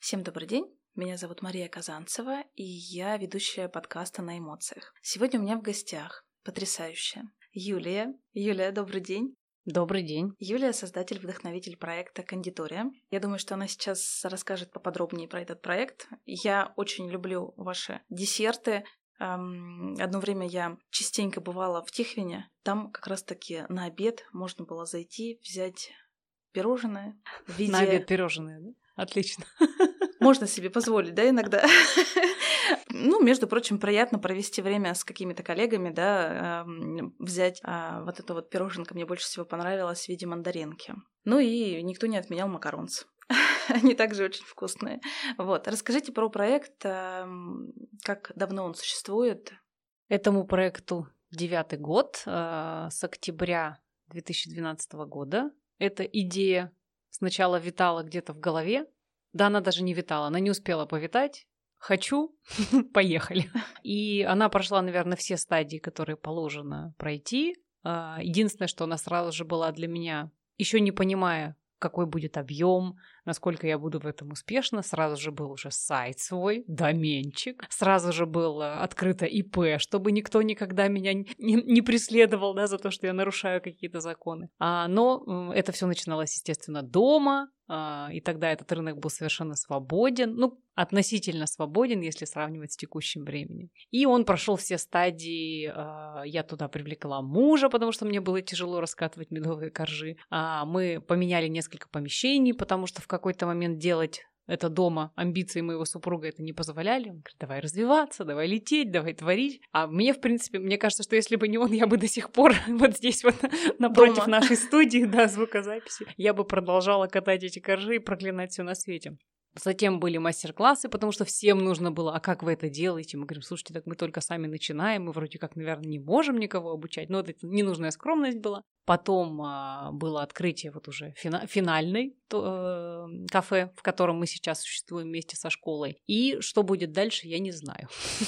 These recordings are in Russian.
Всем добрый день, меня зовут Мария Казанцева, и я ведущая подкаста «На эмоциях». Сегодня у меня в гостях потрясающая Юлия. Юлия, добрый день. Добрый день. Юлия — создатель-вдохновитель проекта «Кондитория». Я думаю, что она сейчас расскажет поподробнее про этот проект. Я очень люблю ваши десерты. Одно время я частенько бывала в Тихвине. Там как раз-таки на обед можно было зайти, взять пирожное в виде... На обед пирожное, да? Отлично. Можно себе позволить, да, иногда. Между прочим, приятно провести время с какими-то коллегами, да, взять вот это вот пироженка мне больше всего понравилось в виде мандаринки. И никто не отменял макаронцы. Они также очень вкусные. Вот. Расскажите про проект, как давно он существует. Этому проекту 9-й год, с октября 2012 года. Эта идея сначала витала где-то в голове. Да, она даже не витала, она не успела повитать. Хочу, поехали. И она прошла, наверное, все стадии, которые положено пройти. Единственное, что она сразу же была для меня, еще не понимая, какой будет объем, насколько я буду в этом успешна. Сразу же был уже сайт свой, доменчик. Сразу же было открыто ИП, чтобы никто никогда меня не преследовал, да, за то, что я нарушаю какие-то законы. Но это все начиналось, естественно, дома. И тогда этот рынок был совершенно свободен, относительно свободен, если сравнивать с текущим временем. И он прошел все стадии. Я туда привлекла мужа, потому что мне было тяжело раскатывать медовые коржи. Мы поменяли несколько помещений, потому что в какой-то момент делать это дома, амбиции моего супруга это не позволяли. Он говорит, давай развиваться, давай лететь, давай творить. А мне, в принципе, мне кажется, что если бы не он, я бы до сих пор вот здесь вот напротив нашей студии, да, звукозаписи, я бы продолжала катать эти коржи и проклинать все на свете. Затем были мастер-классы, потому что всем нужно было, а как вы это делаете? Мы говорим, слушайте, так мы только сами начинаем, мы вроде как, наверное, не можем никого обучать, но это ненужная скромность была. Потом было открытие вот уже финальной кафе, в котором мы сейчас существуем вместе со школой. И что будет дальше, я не знаю.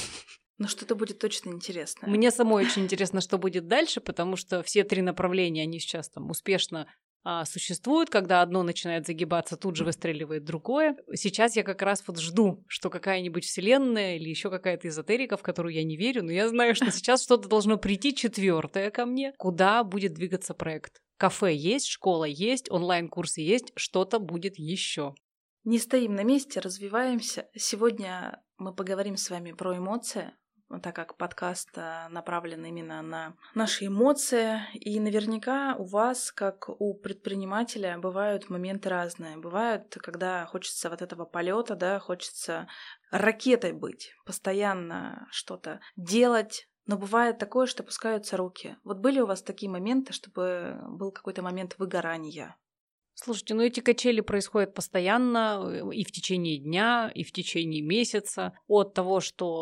Но что-то будет точно интересно. Мне самой очень интересно, что будет дальше, потому что все 3 направления, они сейчас там успешно существует, когда одно начинает загибаться, тут же выстреливает другое. Сейчас я как раз вот жду, что какая-нибудь вселенная или еще какая-то эзотерика, в которую я не верю, но я знаю, что сейчас что-то должно прийти 4-е ко мне, куда будет двигаться проект. Кафе есть, школа есть, онлайн-курсы есть, что-то будет еще. Не стоим на месте, развиваемся. Сегодня мы поговорим с вами про эмоции, так как подкаст направлен именно на наши эмоции. И наверняка у вас, как у предпринимателя, бывают моменты разные. Бывают, когда хочется вот этого полета, да, хочется ракетой быть, постоянно что-то делать. Но бывает такое, что опускаются руки. Вот были у вас такие моменты, чтобы был какой-то момент выгорания? Слушайте, эти качели происходят постоянно и в течение дня, и в течение месяца. От того,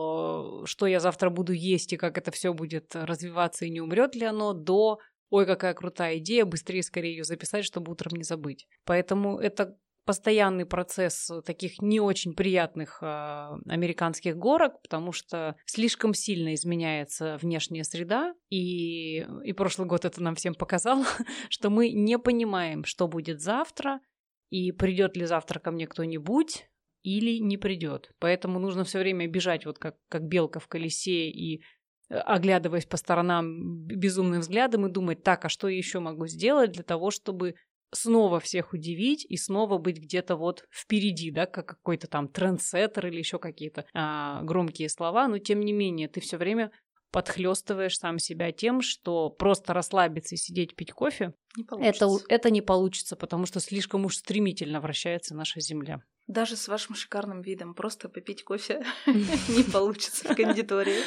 что я завтра буду есть и как это все будет развиваться и не умрет ли оно, до «Ой, какая крутая идея, быстрее, скорее ее записать, чтобы утром не забыть». Поэтому это постоянный процесс таких не очень приятных американских горок, потому что слишком сильно изменяется внешняя среда, и прошлый год это нам всем показал, что мы не понимаем, что будет завтра, и придет ли завтра ко мне кто-нибудь, или не придет. Поэтому нужно все время бежать, вот как белка в колесе, и оглядываясь по сторонам безумным взглядом, и думать, так, а что я еще могу сделать для того, чтобы снова всех удивить и снова быть где-то вот впереди, да, как какой-то там трендсеттер или еще какие-то громкие слова, но тем не менее ты все время подхлестываешь сам себя тем, что просто расслабиться и сидеть пить кофе, это не получится, потому что слишком уж стремительно вращается наша Земля. Даже с вашим шикарным видом просто попить кофе не получится в кондитории.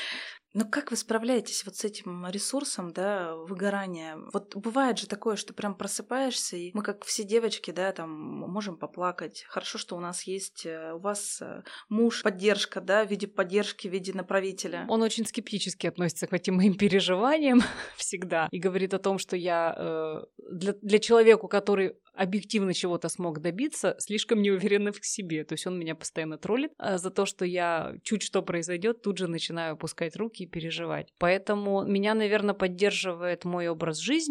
Но как вы справляетесь вот с этим ресурсом, да, выгорания? Вот бывает же такое, что прям просыпаешься, и мы, как все девочки, да, там, можем поплакать. Хорошо, что у нас есть, у вас муж, поддержка, да, в виде поддержки, в виде направителя. Он очень скептически относится к этим моим переживаниям всегда и говорит о том, что я для человека, который объективно чего-то смог добиться, слишком неуверенна в себе. То есть он меня постоянно троллит за то, что я чуть что произойдет, тут же начинаю опускать руки и переживать. Поэтому меня, наверное, поддерживает мой образ жизни.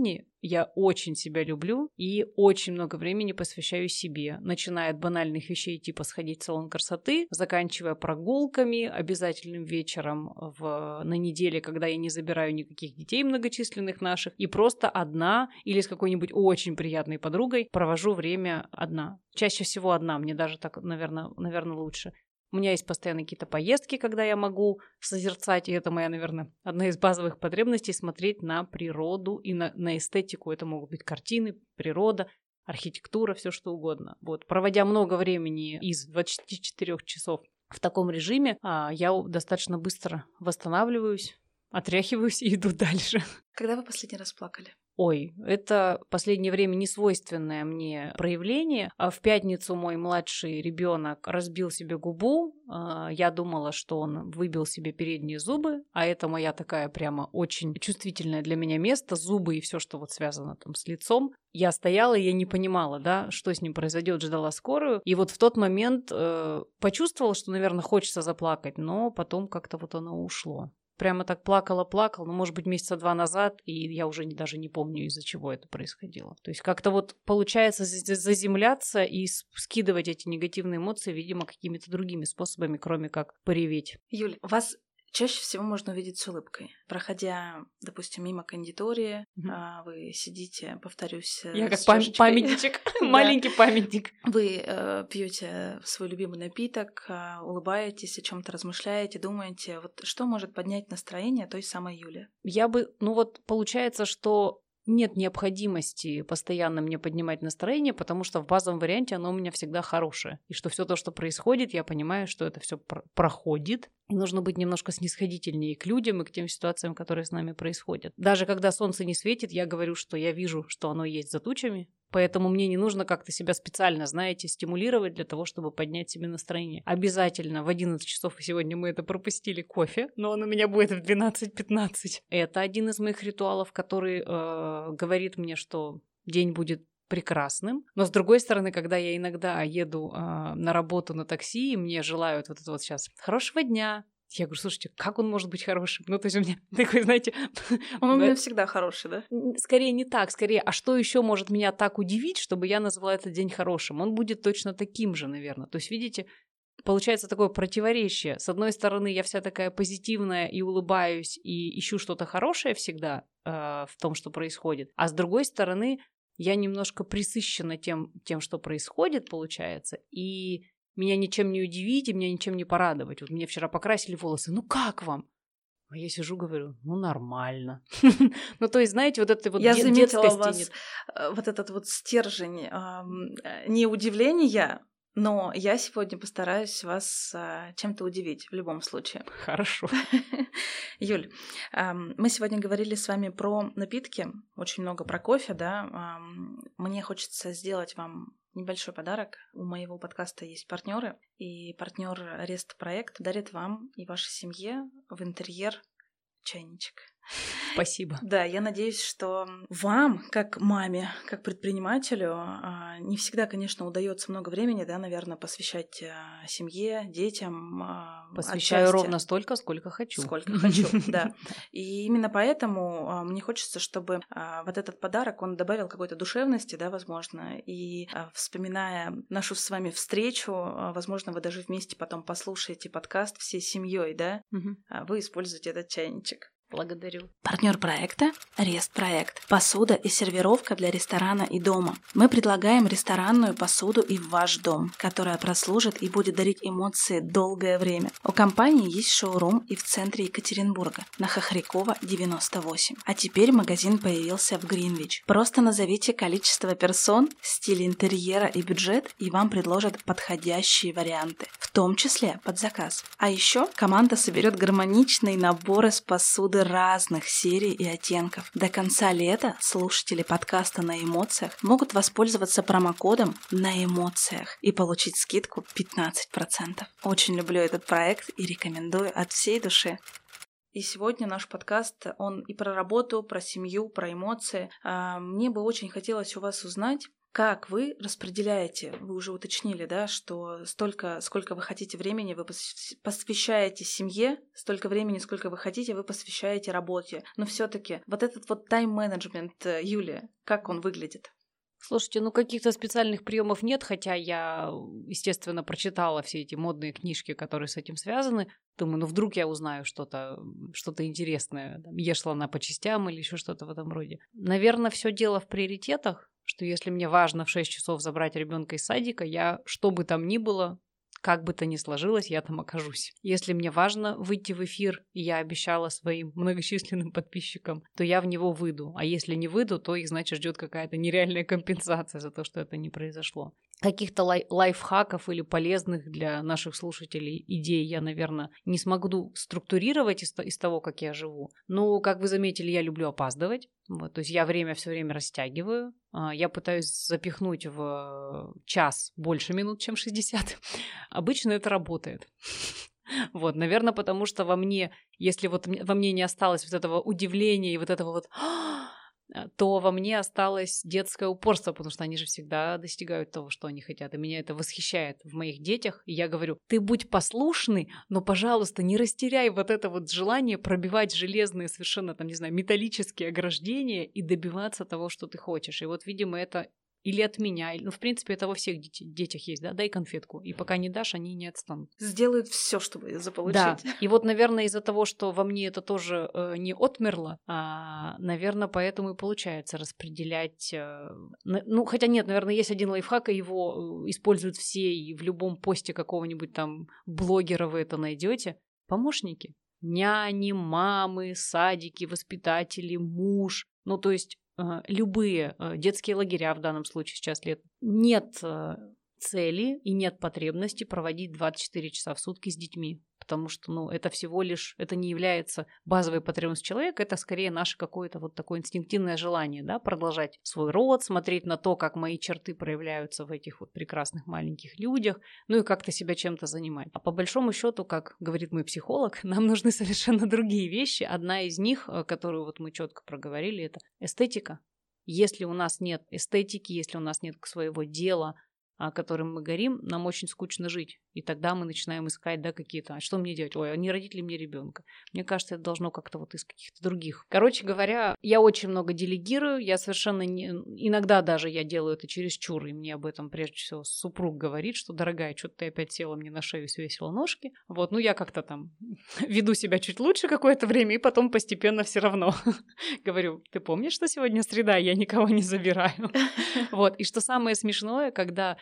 я очень себя люблю и очень много времени посвящаю себе, начиная от банальных вещей типа сходить в салон красоты, заканчивая прогулками, обязательным вечером на неделе, когда я не забираю никаких детей многочисленных наших, и просто одна или с какой-нибудь очень приятной подругой провожу время одна. Чаще всего одна, мне даже так, наверное, лучше. У меня есть постоянно какие-то поездки, когда я могу созерцать, и это моя, наверное, одна из базовых потребностей — смотреть на природу и на эстетику. Это могут быть картины, природа, архитектура, все что угодно. Вот. Проводя много времени из 24 часов в таком режиме, я достаточно быстро восстанавливаюсь, отряхиваюсь и иду дальше. Когда вы последний раз плакали? Ой, это в последнее время несвойственное мне проявление. В пятницу мой младший ребенок разбил себе губу. Я думала, что он выбил себе передние зубы, а это моя такая прямо очень чувствительное для меня место, зубы и все, что вот связано там с лицом. Я стояла, и я не понимала, да, что с ним произойдет, ждала скорую. И вот в тот момент почувствовала, что, наверное, хочется заплакать, но потом как-то вот оно ушло. Прямо так плакала, ну, может быть, месяца 2 назад, и я уже даже не помню, из-за чего это происходило. То есть как-то вот получается заземляться и скидывать эти негативные эмоции, видимо, какими-то другими способами, кроме как пореветь. Юль, вас чаще всего можно увидеть с улыбкой. Проходя, допустим, мимо кондитерии, вы сидите, повторюсь, я как памятничек, маленький памятник. Вы пьете свой любимый напиток, улыбаетесь, о чем-то размышляете, думаете, вот что может поднять настроение той самой Юли? Получается, что нет необходимости постоянно мне поднимать настроение, потому что в базовом варианте оно у меня всегда хорошее. И что все то, что происходит, я понимаю, что это все проходит. И нужно быть немножко снисходительнее к людям и к тем ситуациям, которые с нами происходят. Даже когда солнце не светит, я говорю, что я вижу, что оно есть за тучами. Поэтому мне не нужно как-то себя специально, знаете, стимулировать для того, чтобы поднять себе настроение. Обязательно в 11 часов, и сегодня мы это пропустили, кофе, но он у меня будет в 12:15. Это один из моих ритуалов, который говорит мне, что день будет прекрасным. Но с другой стороны, когда я иногда еду на работу на такси, и мне желают вот это вот сейчас «хорошего дня», я говорю, слушайте, как он может быть хорошим? Ну, то есть у меня такой, знаете... Он у меня всегда хороший, да? Скорее не так, скорее, а что еще может меня так удивить, чтобы я назвала этот день хорошим? Он будет точно таким же, наверное. То есть, видите, получается такое противоречие. С одной стороны, я вся такая позитивная и улыбаюсь, и ищу что-то хорошее всегда в том, что происходит. А с другой стороны, я немножко пресыщена тем, что происходит, получается, и... Меня ничем не удивить и меня ничем не порадовать. Вот мне вчера покрасили волосы. Ну как вам? А я сижу, говорю, ну нормально. Ну то есть, знаете, вот это вот я заметила у вас вот этот вот стержень не удивления, но я сегодня постараюсь вас чем-то удивить в любом случае. Хорошо. Юль, мы сегодня говорили с вами про напитки, очень много про кофе, да. Мне хочется сделать вам небольшой подарок. У моего подкаста есть партнеры, и партнер Рест Проект дарит вам и вашей семье в интерьер чайничек. Спасибо. Да, я надеюсь, что вам, как маме, как предпринимателю, не всегда, конечно, удается много времени, да, наверное, посвящать семье, детям. Посвящаю ровно столько, сколько хочу. Сколько хочу, да. И именно поэтому мне хочется, чтобы вот этот подарок, он добавил какой-то душевности, да, возможно, и вспоминая нашу с вами встречу, возможно, вы даже вместе потом послушаете подкаст всей семьей, да, вы используете этот чайничек. Благодарю. Партнер проекта — Рест Проект. Посуда и сервировка для ресторана и дома. Мы предлагаем ресторанную посуду и в ваш дом, которая прослужит и будет дарить эмоции долгое время. У компании есть шоурум и в центре Екатеринбурга, на Хохрякова, 98. А теперь магазин появился в Гринвич. Просто назовите количество персон, стиль интерьера и бюджет, и вам предложат подходящие варианты, в том числе под заказ. А еще команда соберет гармоничный набор из посуды разных серий и оттенков. До конца лета слушатели подкаста «На эмоциях» могут воспользоваться промокодом «На эмоциях» и получить скидку 15%. Очень люблю этот проект и рекомендую от всей души. И сегодня наш подкаст, он и про работу, про семью, про эмоции. Мне бы очень хотелось у вас узнать, Как вы распределяете, вы уже уточнили, да, что сколько вы хотите времени, вы посвящаете семье, столько времени, сколько вы хотите, вы посвящаете работе. Но все-таки вот этот вот тайм-менеджмент, Юлия, как он выглядит? Слушайте, каких-то специальных приемов нет, хотя я, естественно, прочитала все эти модные книжки, которые с этим связаны. Думаю, вдруг я узнаю что-то интересное. Ешь слона по частям или еще что-то в этом роде. Наверное, все дело в приоритетах, что если мне важно в 6 часов забрать ребенка из садика, я, что бы там ни было, как бы то ни сложилось, я там окажусь. Если мне важно выйти в эфир, и я обещала своим многочисленным подписчикам, то я в него выйду. А если не выйду, то их, значит, ждет какая-то нереальная компенсация за то, что это не произошло. Каких-то лайфхаков или полезных для наших слушателей идей я, наверное, не смогу структурировать из того, как я живу. Но, как вы заметили, я люблю опаздывать. То есть я все время растягиваю. Я пытаюсь запихнуть в час больше минут, чем 60. Обычно это работает. Наверное, потому что во мне, если во мне не осталось вот этого удивления и вот этого то во мне осталось детское упорство, потому что они же всегда достигают того, что они хотят. И меня это восхищает в моих детях. И я говорю, ты будь послушный, но, пожалуйста, не растеряй вот это вот желание пробивать железные, совершенно, металлические ограждения и добиваться того, что ты хочешь. И видимо, это или от меня, или, в принципе, это во всех детях есть, да, дай конфетку, и пока не дашь, они не отстанут. Сделают все, чтобы заполучить. Да, и наверное, из-за того, что во мне это тоже не отмерло, наверное, поэтому и получается распределять, хотя нет, наверное, есть один лайфхак, и его используют все, и в любом посте какого-нибудь там блогера вы это найдете. Помощники. Няни, мамы, садики, воспитатели, муж, то есть любые детские лагеря в данном случае сейчас нет цели и нет потребности проводить 24 часа в сутки с детьми, потому что, это всего лишь, это не является базовой потребностью человека, это скорее наше какое-то такое инстинктивное желание, да, продолжать свой род, смотреть на то, как мои черты проявляются в этих прекрасных маленьких людях, и как-то себя чем-то занимать. А по большому счету, как говорит мой психолог, нам нужны совершенно другие вещи. Одна из них, которую мы четко проговорили, это эстетика. Если у нас нет эстетики, если у нас нет своего дела, которым мы горим, нам очень скучно жить. И тогда мы начинаем искать, какие-то, а что мне делать? Ой, а не родить ли мне ребенка? Мне кажется, это должно как-то из каких-то других. Короче говоря, я очень много делегирую, я совершенно не... Иногда даже я делаю это чересчур, и мне об этом прежде всего супруг говорит, что, дорогая, что-то ты опять села мне на шею и свесила ножки. Я как-то там веду себя чуть лучше какое-то время, и потом постепенно все равно говорю, ты помнишь, что сегодня среда, я никого не забираю? И что самое смешное, когда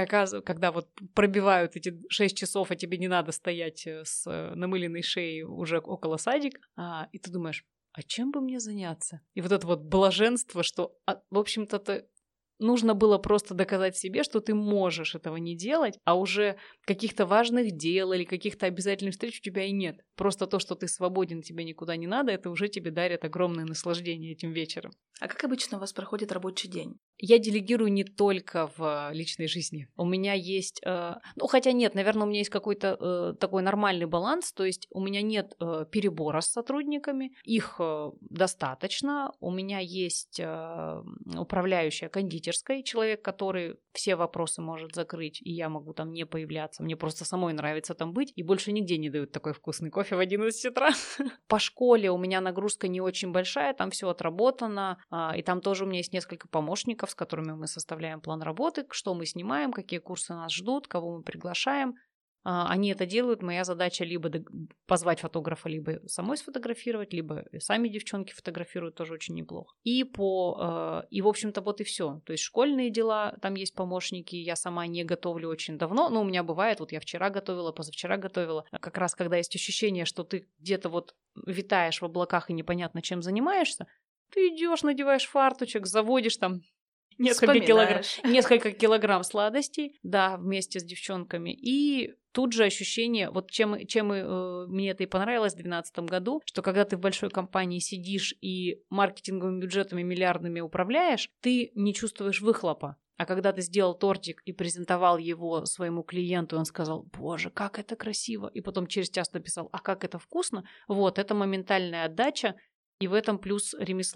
пробивают эти 6 часов, а тебе не надо стоять с намыленной шеей уже около садика, и ты думаешь, а чем бы мне заняться? И это блаженство, что, в общем-то, нужно было просто доказать себе, что ты можешь этого не делать, а уже каких-то важных дел или каких-то обязательных встреч у тебя и нет. Просто то, что ты свободен, тебе никуда не надо, это уже тебе дарит огромное наслаждение этим вечером. А как обычно у вас проходит рабочий день? Я делегирую не только в личной жизни. У меня есть... хотя нет, наверное, у меня есть какой-то такой нормальный баланс, то есть у меня нет перебора с сотрудниками, их достаточно. У меня есть управляющая кондитерской, человек, который все вопросы может закрыть, и я могу там не появляться. Мне просто самой нравится там быть, и больше нигде не дают такой вкусный кофе в 11 утра. По школе у меня нагрузка не очень большая, там все отработано, и там тоже у меня есть несколько помощников, с которыми мы составляем план работы, что мы снимаем, какие курсы нас ждут, кого мы приглашаем. Они это делают. Моя задача либо позвать фотографа, либо самой сфотографировать, либо сами девчонки фотографируют, тоже очень неплохо. И в общем-то, и все. То есть школьные дела, там есть помощники, я сама не готовлю очень давно, но у меня бывает, я вчера готовила, позавчера готовила. Как раз, когда есть ощущение, что ты где-то витаешь в облаках и непонятно, чем занимаешься, ты идешь, надеваешь фарточек, заводишь там несколько килограмм сладостей, да, вместе с девчонками. И тут же ощущение, чем мне это и понравилось в 2012 году, что когда ты в большой компании сидишь и маркетинговыми бюджетами миллиардными управляешь, ты не чувствуешь выхлопа. А когда ты сделал тортик и презентовал его своему клиенту, и он сказал, боже, как это красиво, и потом через час написал, а как это вкусно, это моментальная отдача, и в этом плюс ремесла.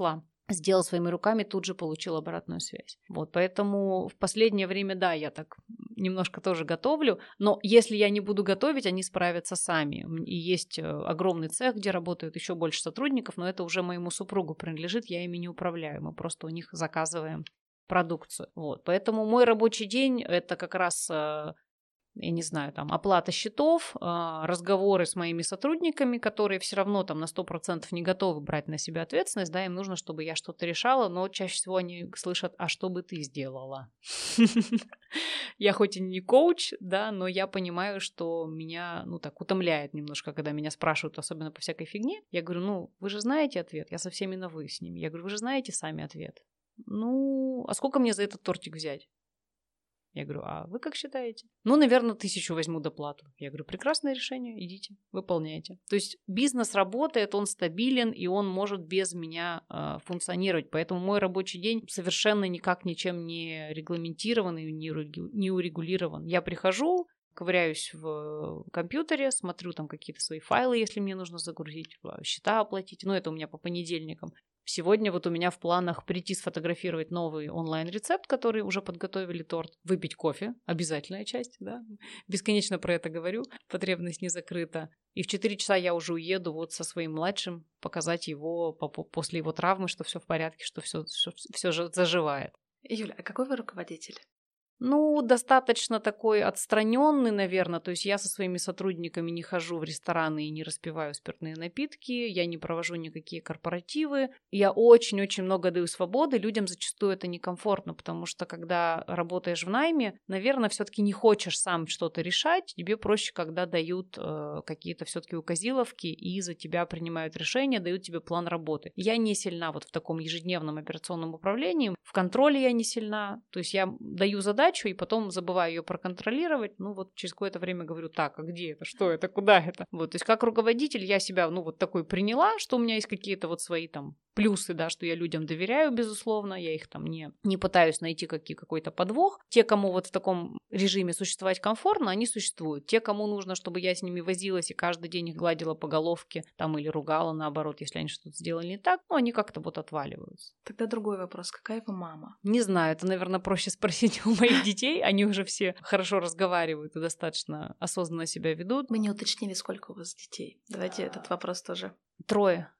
сделал своими руками, тут же получил обратную связь. Вот, поэтому в последнее время, да, я так немножко тоже готовлю, но если я не буду готовить, они справятся сами. И есть огромный цех, где работают еще больше сотрудников, но это уже моему супругу принадлежит, я ими не управляю, мы просто у них заказываем продукцию. Вот, поэтому мой рабочий день — это как раз... я не знаю, там, оплата счетов, разговоры с моими сотрудниками, которые все равно там на 100% не готовы брать на себя ответственность, да, им нужно, чтобы я что-то решала, но чаще всего они слышат: а что бы ты сделала? Я хоть и не коуч, да, но я понимаю, что меня, так утомляет немножко, когда меня спрашивают, особенно по всякой фигне. Я говорю: вы же знаете ответ, я со всеми на «вы» с ними. Я говорю: вы же знаете сами ответ. А сколько мне за этот тортик взять? Я говорю: а вы как считаете? Наверное, 1000 возьму доплату. Я говорю: прекрасное решение, идите, выполняйте. То есть бизнес работает, он стабилен, и он может без меня функционировать. Поэтому мой рабочий день совершенно никак ничем не регламентирован и не урегулирован. Я прихожу, ковыряюсь в компьютере, смотрю там какие-то свои файлы, если мне нужно загрузить, счета оплатить. Это у меня по понедельникам. Сегодня вот у меня в планах прийти сфотографировать новый онлайн-рецепт, который уже подготовили, торт, выпить кофе, обязательная часть, да, бесконечно про это говорю, потребность не закрыта. И в 4 часа я уже уеду вот со своим младшим, показать его после его травмы, что все в порядке, что все же заживает. Юля, а какой вы руководитель? Достаточно такой отстраненный, наверное. То есть я со своими сотрудниками не хожу в рестораны и не распиваю спиртные напитки, я не провожу никакие корпоративы. Я очень-очень много даю свободы. Людям зачастую это некомфортно, потому что когда работаешь в найме, наверное, все-таки не хочешь сам что-то решать. Тебе проще, когда дают какие-то все-таки указиловки и за тебя принимают решения, дают тебе план работы. Я не сильна вот в таком ежедневном операционном управлении. В контроле я не сильна. То есть я даю задачу, и потом забываю ее проконтролировать. Через какое-то время говорю: так, а где это, что это, куда это? То есть как руководитель я себя, такой приняла, что у меня есть какие-то вот свои там плюсы, да, что я людям доверяю, безусловно, я их там не пытаюсь найти какой-то подвох. Те, кому вот в таком режиме существовать комфортно, они существуют. Те, кому нужно, чтобы я с ними возилась и каждый день их гладила по головке, там, или ругала, наоборот, если они что-то сделали не так, они как-то вот отваливаются. Тогда другой вопрос: какая вы мама? Не знаю, это, наверное, проще спросить у моих детей, они уже все хорошо разговаривают и достаточно осознанно себя ведут. Мы не уточнили, сколько у вас детей. Давайте этот вопрос тоже. Трое.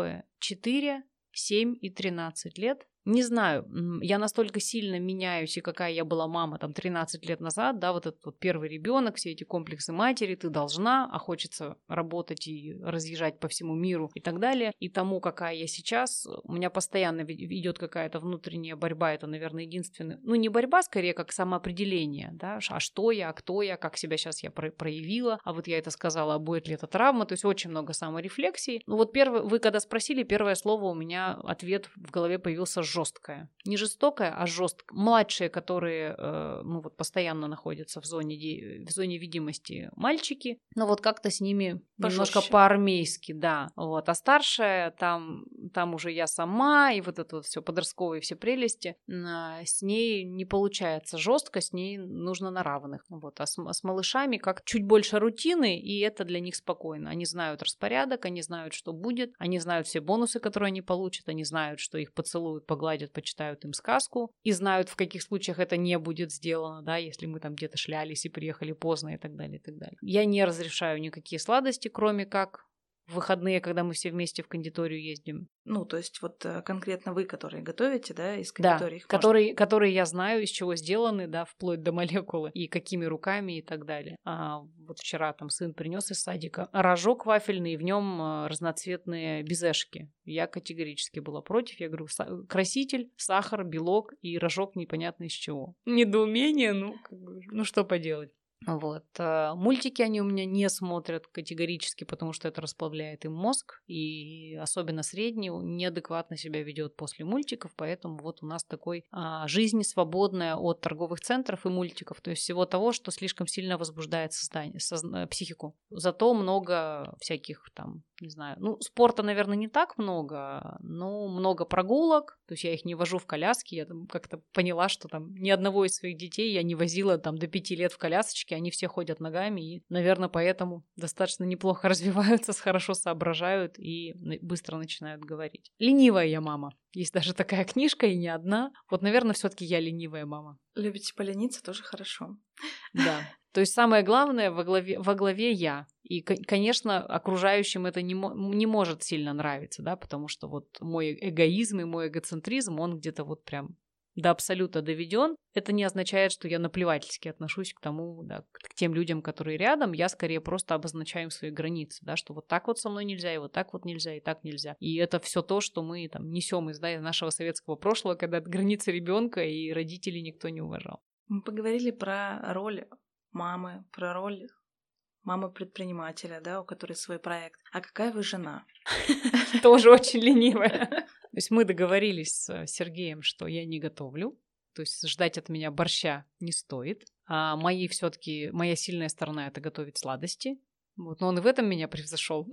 4, 7 и 13 лет. Не знаю, я настолько сильно меняюсь, и какая я была мама там 13 лет назад, да, вот этот вот первый ребенок, все эти комплексы матери, ты должна, а хочется работать и разъезжать по всему миру и так далее. И тому, какая я сейчас, у меня постоянно идет какая-то внутренняя борьба, это, наверное, единственное, не борьба, скорее, как самоопределение, да, а что я, а кто я, как себя сейчас я проявила, а вот я это сказала, а будет ли это травма, то есть очень много саморефлексий. Вы когда спросили, первое слово у меня, ответ в голове появился: жесткая. Не жестокая, а жесткая. Младшие, которые постоянно находятся в зоне видимости, мальчики, как-то с ними немножко по-армейски, да. А старшая, там уже я сама, и вот это вот все подростковые все прелести, с ней не получается жестко, с ней нужно на равных. А с малышами как чуть больше рутины, и это для них спокойно. Они знают распорядок, они знают, что будет, они знают все бонусы, которые они получат, они знают, что их поцелуют, погладят, почитают им сказку, и знают, в каких случаях это не будет сделано, да, если мы там где-то шлялись и приехали поздно и так далее, и так далее. Я не разрешаю никакие сладости, кроме как в выходные, когда мы все вместе в кондитерию ездим. То есть вот конкретно вы, которые готовите, да, из кондитерии? Да, которые я знаю, из чего сделаны, да, вплоть до молекулы, и какими руками и так далее. Вот вчера там сын принес из садика рожок вафельный, и в нем разноцветные безешки. Я категорически была против. Я говорю: краситель, сахар, белок и рожок непонятно из чего. Недоумение, что поделать. Мультики они у меня не смотрят категорически, потому что это расплавляет им мозг, и особенно средний неадекватно себя ведет после мультиков, поэтому вот у нас такой жизнь свободная от торговых центров и мультиков, то есть всего того, что слишком сильно возбуждает психику. Зато много всяких там не знаю. Ну, спорта, наверное, не так много, но много прогулок. То есть я их не вожу в коляске. Я там как-то поняла, что там ни одного из своих детей я не возила там до 5 лет в колясочке. Они все ходят ногами и, наверное, поэтому достаточно неплохо развиваются, хорошо соображают и быстро начинают говорить. Ленивая я мама. Есть даже такая книжка, и не одна. Вот, наверное, все-таки я ленивая мама. Любите полениться, тоже хорошо. Да. То есть самое главное во главе я. И, конечно, окружающим это не может сильно нравиться, да, потому что вот мой эгоизм и мой эгоцентризм, он где-то вот прям до абсолюта доведен. Это не означает, что я наплевательски отношусь к тому, да, к тем людям, которые рядом. Я скорее просто обозначаю свои границы, да, что вот так вот со мной нельзя, и вот так вот нельзя, и так нельзя. И это все то, что мы там несем из нашего советского прошлого, когда границы ребенка и родителей никто не уважал. Мы поговорили про роль мамы, про роль мамы-предпринимателя, да, у которой свой проект. А какая вы жена? Тоже очень ленивая. То есть мы договорились с Сергеем, что я не готовлю. То есть ждать от меня борща не стоит. А моя сильная сторона — это готовить сладости. Вот, но он и в этом меня превзошел.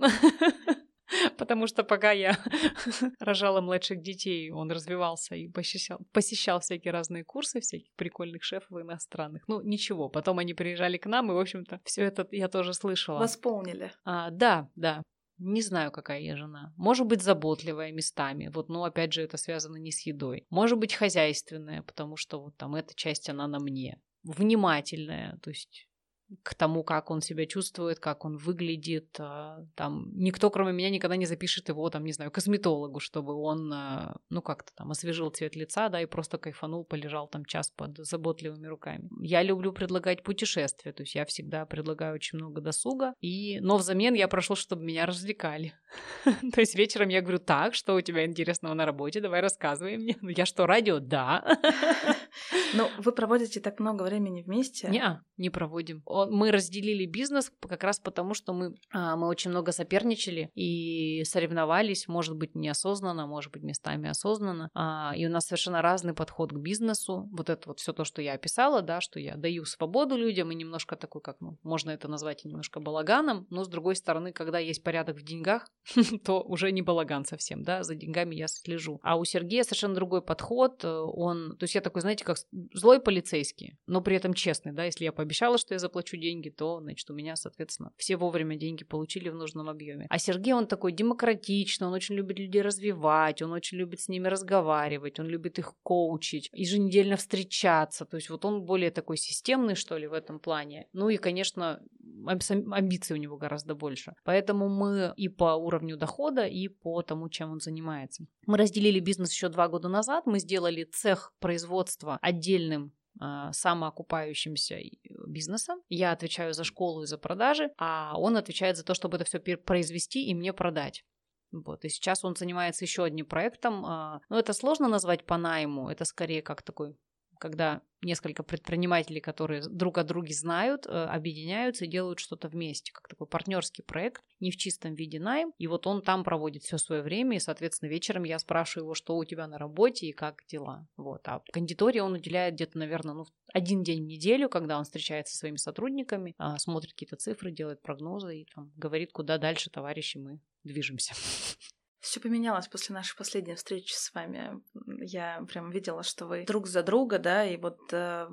Потому что пока я рожала младших детей, он развивался и посещал всякие разные курсы, всяких прикольных шефов иностранных. Ну, ничего, потом они приезжали к нам, и, в общем-то, все это я тоже слышала. Восполнили. Да. Не знаю, какая я жена. Может быть, заботливая местами. Вот, но опять же, это связано не с едой. Может быть, хозяйственная, потому что вот там эта часть, она на мне. Внимательная, то есть к тому, как он себя чувствует, как он выглядит. Там никто, кроме меня, никогда не запишет его, там, не знаю, косметологу, чтобы он, как-то там освежил цвет лица, да, и просто кайфанул, полежал там час под заботливыми руками. Я люблю предлагать путешествия, то есть я всегда предлагаю очень много досуга, но взамен я прошу, чтобы меня развлекали. То есть вечером я говорю: так, что у тебя интересного на работе, давай рассказывай мне. Я что, радио? Да. Но вы проводите так много времени вместе? Не проводим. Мы разделили бизнес как раз потому, что мы очень много соперничали и соревновались, может быть, неосознанно, может быть, местами осознанно. И у нас совершенно разный подход к бизнесу. Вот это вот все то, что я описала, да, что я даю свободу людям и немножко такой, как, можно это назвать немножко балаганом, но с другой стороны, когда есть порядок в деньгах, то уже не балаган совсем, да, за деньгами я слежу. А у Сергея совершенно другой подход. То есть я такой, знаете, как злой полицейский, но при этом честный, да, если я пообещала, что я заплачу деньги, то, значит, у меня, соответственно, все вовремя деньги получили в нужном объеме. А Сергей, он такой демократичный, он очень любит людей развивать, он очень любит с ними разговаривать, он любит их коучить, еженедельно встречаться, то есть вот он более такой системный, что ли, в этом плане. Ну и, конечно, амбиций у него гораздо больше. Поэтому мы и по уровню дохода, и по тому, чем он занимается. Мы разделили бизнес еще 2 года назад, мы сделали цех производства отдельным самоокупающимся бизнесом. Я отвечаю за школу и за продажи, а он отвечает за то, чтобы это все произвести и мне продать. Вот. И сейчас он занимается еще одним проектом. Это сложно назвать по найму, это скорее как такой, когда несколько предпринимателей, которые друг о друге знают, объединяются и делают что-то вместе, как такой партнерский проект, не в чистом виде найм. И вот он там проводит все свое время, и, соответственно, вечером я спрашиваю его, что у тебя на работе и как дела. Вот. А кондитерии он уделяет где-то, наверное, 1 день в неделю, когда он встречается со своими сотрудниками, смотрит какие-то цифры, делает прогнозы и там говорит, куда дальше, товарищи, мы движемся. Все поменялось после нашей последней встречи с вами. Я прям видела, что вы друг за друга, да, и вот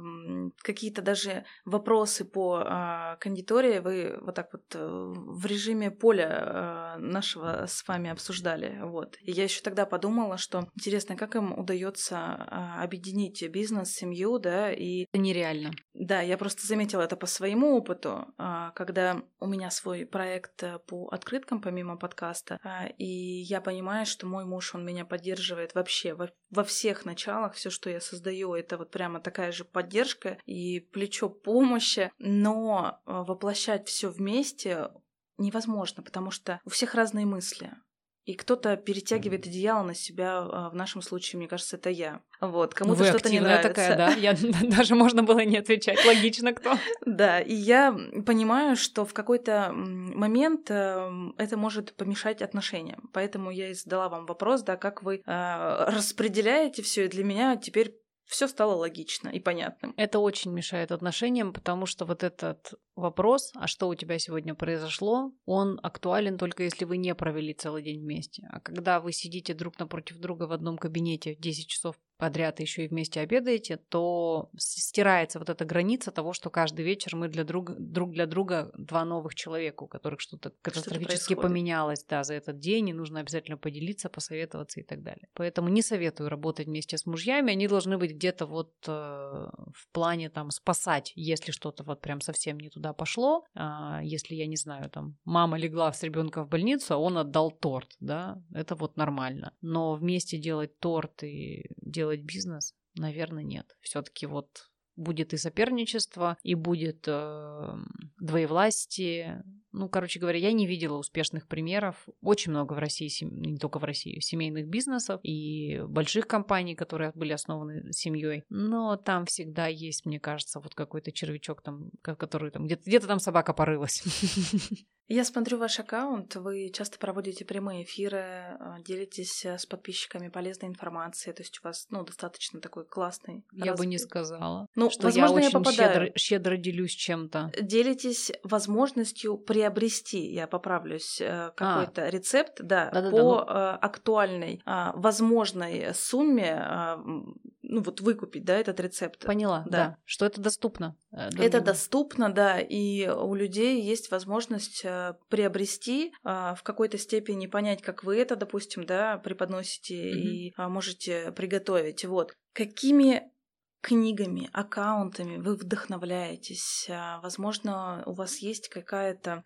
какие-то даже вопросы по кондитерии вы вот так вот в режиме поля нашего с вами обсуждали. Вот. И я еще тогда подумала, что интересно, как им удается объединить бизнес, семью, да, и... Это нереально. Да, я просто заметила это по своему опыту, когда у меня свой проект по открыткам, помимо подкаста, и я понимаю, что мой муж, он меня поддерживает вообще во всех началах, все, что я создаю, это вот прямо такая же поддержка и плечо помощи, но воплощать все вместе невозможно, потому что у всех разные мысли. И кто-то перетягивает одеяло на себя, в нашем случае, мне кажется, это я. Вот, кому-то что-то не нравится. Такая, да? Даже можно было не отвечать. Логично, кто. Да, и я понимаю, что в какой-то момент это может помешать отношениям. Поэтому я и задала вам вопрос, да, как вы распределяете все. И для меня теперь все стало логично и понятным. Это очень мешает отношениям, потому что вот этот вопрос, а что у тебя сегодня произошло, он актуален только если вы не провели целый день вместе. А когда вы сидите друг напротив друга в одном кабинете 10 часов подряд и еще и вместе обедаете, то стирается вот эта граница того, что каждый вечер мы друг для друга два новых человека, у которых что-то катастрофически поменялось, да, за этот день, и нужно обязательно поделиться, посоветоваться и так далее. Поэтому не советую работать вместе с мужьями, они должны быть где-то вот в плане там спасать, если что-то вот прям совсем не туда пошло, если, я не знаю, там мама легла с ребенком в больницу, а он отдал торт, да, это вот нормально. Но вместе делать торт и делать бизнес, наверное, нет. Все-таки вот будет и соперничество, и будет двоевластие. Ну, короче говоря, я не видела успешных примеров. Очень много в России, не только в России, семейных бизнесов и больших компаний, которые были основаны семьей. Но там всегда есть, мне кажется, вот какой-то червячок там, который там где-то там собака порылась. Я смотрю ваш аккаунт, вы часто проводите прямые эфиры, делитесь с подписчиками полезной информацией, то есть у вас, достаточно такой классный. Я бы не сказала, что возможно, я очень щедро делюсь чем-то. Делитесь возможностью приобрести, я поправлюсь, какой-то рецепт, по актуальной, возможной сумме, выкупить, этот рецепт. Поняла, да, что это доступно. Это доступно, да, и у людей есть возможность приобрести, в какой-то степени понять, как вы это, допустим, преподносите и можете приготовить. Вот. Какими книгами, аккаунтами вы вдохновляетесь? Возможно, у вас есть какая-то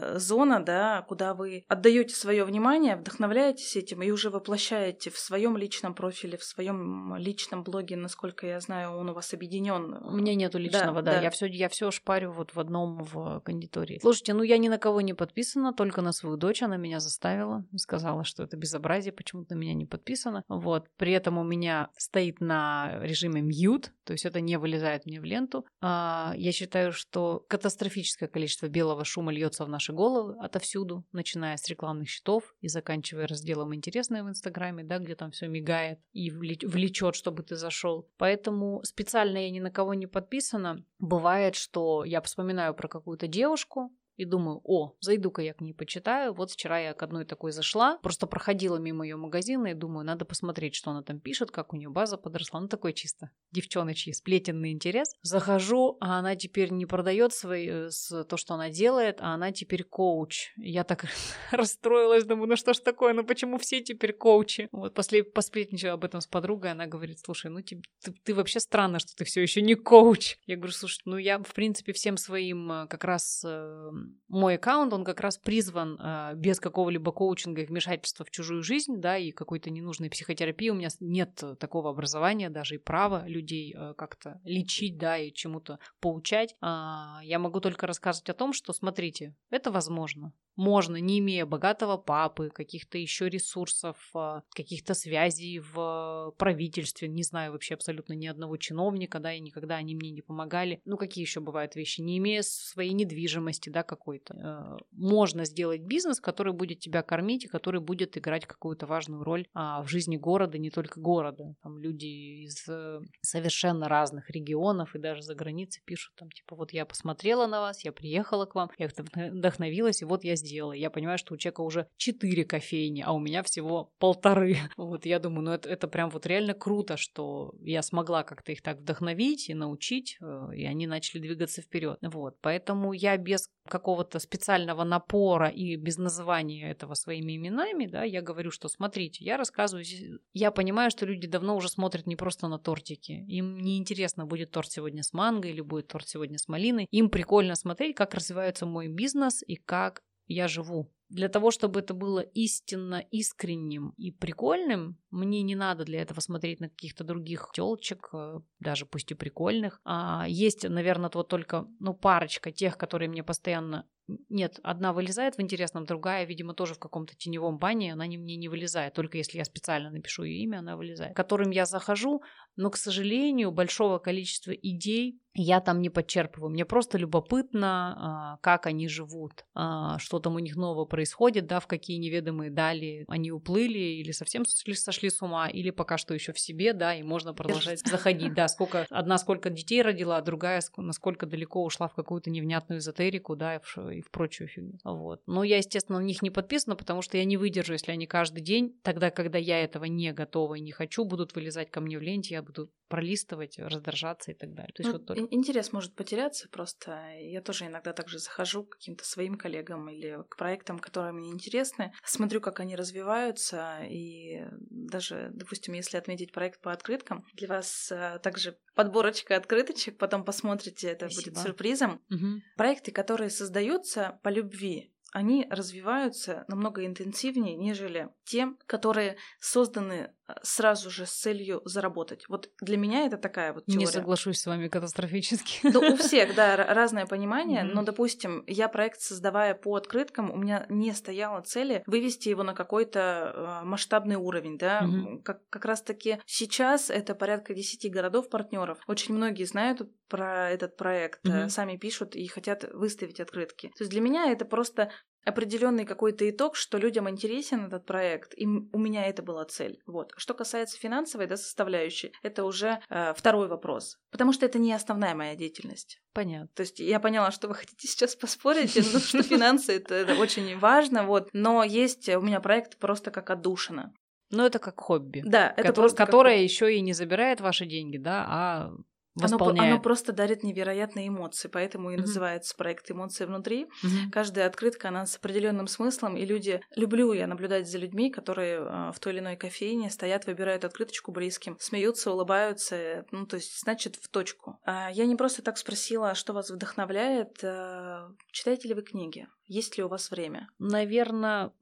зона, куда вы отдаете свое внимание, вдохновляетесь этим и уже воплощаете в своем личном профиле, в своем личном блоге, насколько я знаю, он у вас объединен. У меня нету личного, да. Я все шпарю вот в одном в кондитерии. Слушайте, я ни на кого не подписана, только на свою дочь. Она меня заставила и сказала, что это безобразие, почему-то на меня не подписана. Вот. При этом у меня стоит на режиме mute, то есть это не вылезает мне в ленту. Я считаю, что катастрофическое количество белого шума льется в наши головы отовсюду, начиная с рекламных счетов и заканчивая разделом «Интересное» в Инстаграме, где там все мигает и влечет, чтобы ты зашел. Поэтому специально я ни на кого не подписана. Бывает, что я вспоминаю про какую-то девушку, и думаю, зайду-ка я к ней почитаю. Вот вчера я к одной такой зашла, просто проходила мимо ее магазина и думаю, надо посмотреть, что она там пишет, как у нее база подросла. Такой чисто девчоночий сплетенный интерес. Захожу, а она теперь не продает то, что она делает, а она теперь коуч. Я так расстроилась, думаю, что ж такое, почему все теперь коучи? Вот посплетничала об этом с подругой, она говорит, слушай, ты вообще странно, что ты все еще не коуч. Я говорю, слушай, я в принципе всем своим как раз... Мой аккаунт, он как раз призван без какого-либо коучинга и вмешательства в чужую жизнь, и какой-то ненужной психотерапии. У меня нет такого образования, даже и права людей как-то лечить, и чему-то поучать. Я могу только рассказывать о том, что, смотрите, это возможно. Можно, не имея богатого папы, каких-то еще ресурсов, каких-то связей в правительстве, не знаю вообще абсолютно ни одного чиновника, и никогда они мне не помогали. Какие еще бывают вещи? Не имея своей недвижимости, какой-то. Можно сделать бизнес, который будет тебя кормить и который будет играть какую-то важную роль в жизни города, не только города. Там люди из совершенно разных регионов и даже за границей пишут, вот я посмотрела на вас, я приехала к вам, я вдохновилась, и вот я сделала. Я понимаю, что у человека уже 4 кофейни, а у меня всего 1,5. Вот я думаю, это прям вот реально круто, что я смогла как-то их так вдохновить и научить, и они начали двигаться вперед. Вот, поэтому я без какого-то специального напора и без называния этого своими именами, я говорю, что смотрите, я рассказываю, я понимаю, что люди давно уже смотрят не просто на тортики, им не интересно, будет торт сегодня с манго или будет торт сегодня с малиной, им прикольно смотреть, как развивается мой бизнес и как я живу. Для того, чтобы это было истинно искренним и прикольным, мне не надо для этого смотреть на каких-то других тёлочек, даже пусть и прикольных. Есть, наверное, вот только парочка тех, которые мне постоянно Нет, одна вылезает в интересном, другая, видимо, тоже в каком-то теневом бане, она мне не вылезает. Только если я специально напишу ее имя, она вылезает. К которым я захожу, но, к сожалению, большого количества идей я там не подчерпываю. Мне просто любопытно, как они живут, что там у них нового происходит, да, в какие неведомые дали они уплыли или совсем сошли с ума, или пока что еще в себе, да, и можно продолжать заходить, да, одна сколько детей родила, а другая насколько далеко ушла в какую-то невнятную эзотерику, да, и в прочую фигню. Вот. Но я, естественно, на них не подписана, потому что я не выдержу, если они каждый день, тогда, когда я этого не готова и не хочу, будут вылезать ко мне в ленте, я буду пролистывать, раздражаться и так далее. То есть интерес может потеряться просто. Я тоже иногда также захожу к каким-то своим коллегам или к проектам, которые мне интересны, смотрю, как они развиваются, и даже, допустим, если отметить проект по открыткам, для вас также подборочка открыточек, потом посмотрите, это будет сюрпризом. Угу. Проекты, которые создаются по любви, они развиваются намного интенсивнее, нежели те, которые созданы сразу же с целью заработать. Вот для меня это такая вот теория. Не соглашусь с вами катастрофически. Ну, у всех, да, разное понимание, но, допустим, я проект, создавая по открыткам, у меня не стояло цели вывести его на какой-то масштабный уровень, да. Как раз-таки сейчас это порядка 10 городов-партнеров. Очень многие знают про этот проект, сами пишут и хотят выставить открытки. То есть для меня это просто определенный какой-то итог, что людям интересен этот проект, и у меня это была цель. Вот. Что касается финансовой, да, составляющей, это уже второй вопрос, потому что это не основная моя деятельность. Понятно. То есть я поняла, что вы хотите сейчас поспорить, что финансы это очень важно, вот. Но есть у меня проект просто как отдушина. Но это как хобби. Да, это просто которое еще и не забирает ваши деньги, да, а восполняет. Оно просто дарит невероятные эмоции, поэтому и называется проект «Эмоции внутри». Каждая открытка, она с определенным смыслом, и люблю я наблюдать за людьми, которые в той или иной кофейне стоят, выбирают открыточку близким, смеются, улыбаются, ну, то есть, значит, в точку. Я не просто так спросила, что вас вдохновляет. Читаете ли вы книги? Есть ли у вас время? Наверное,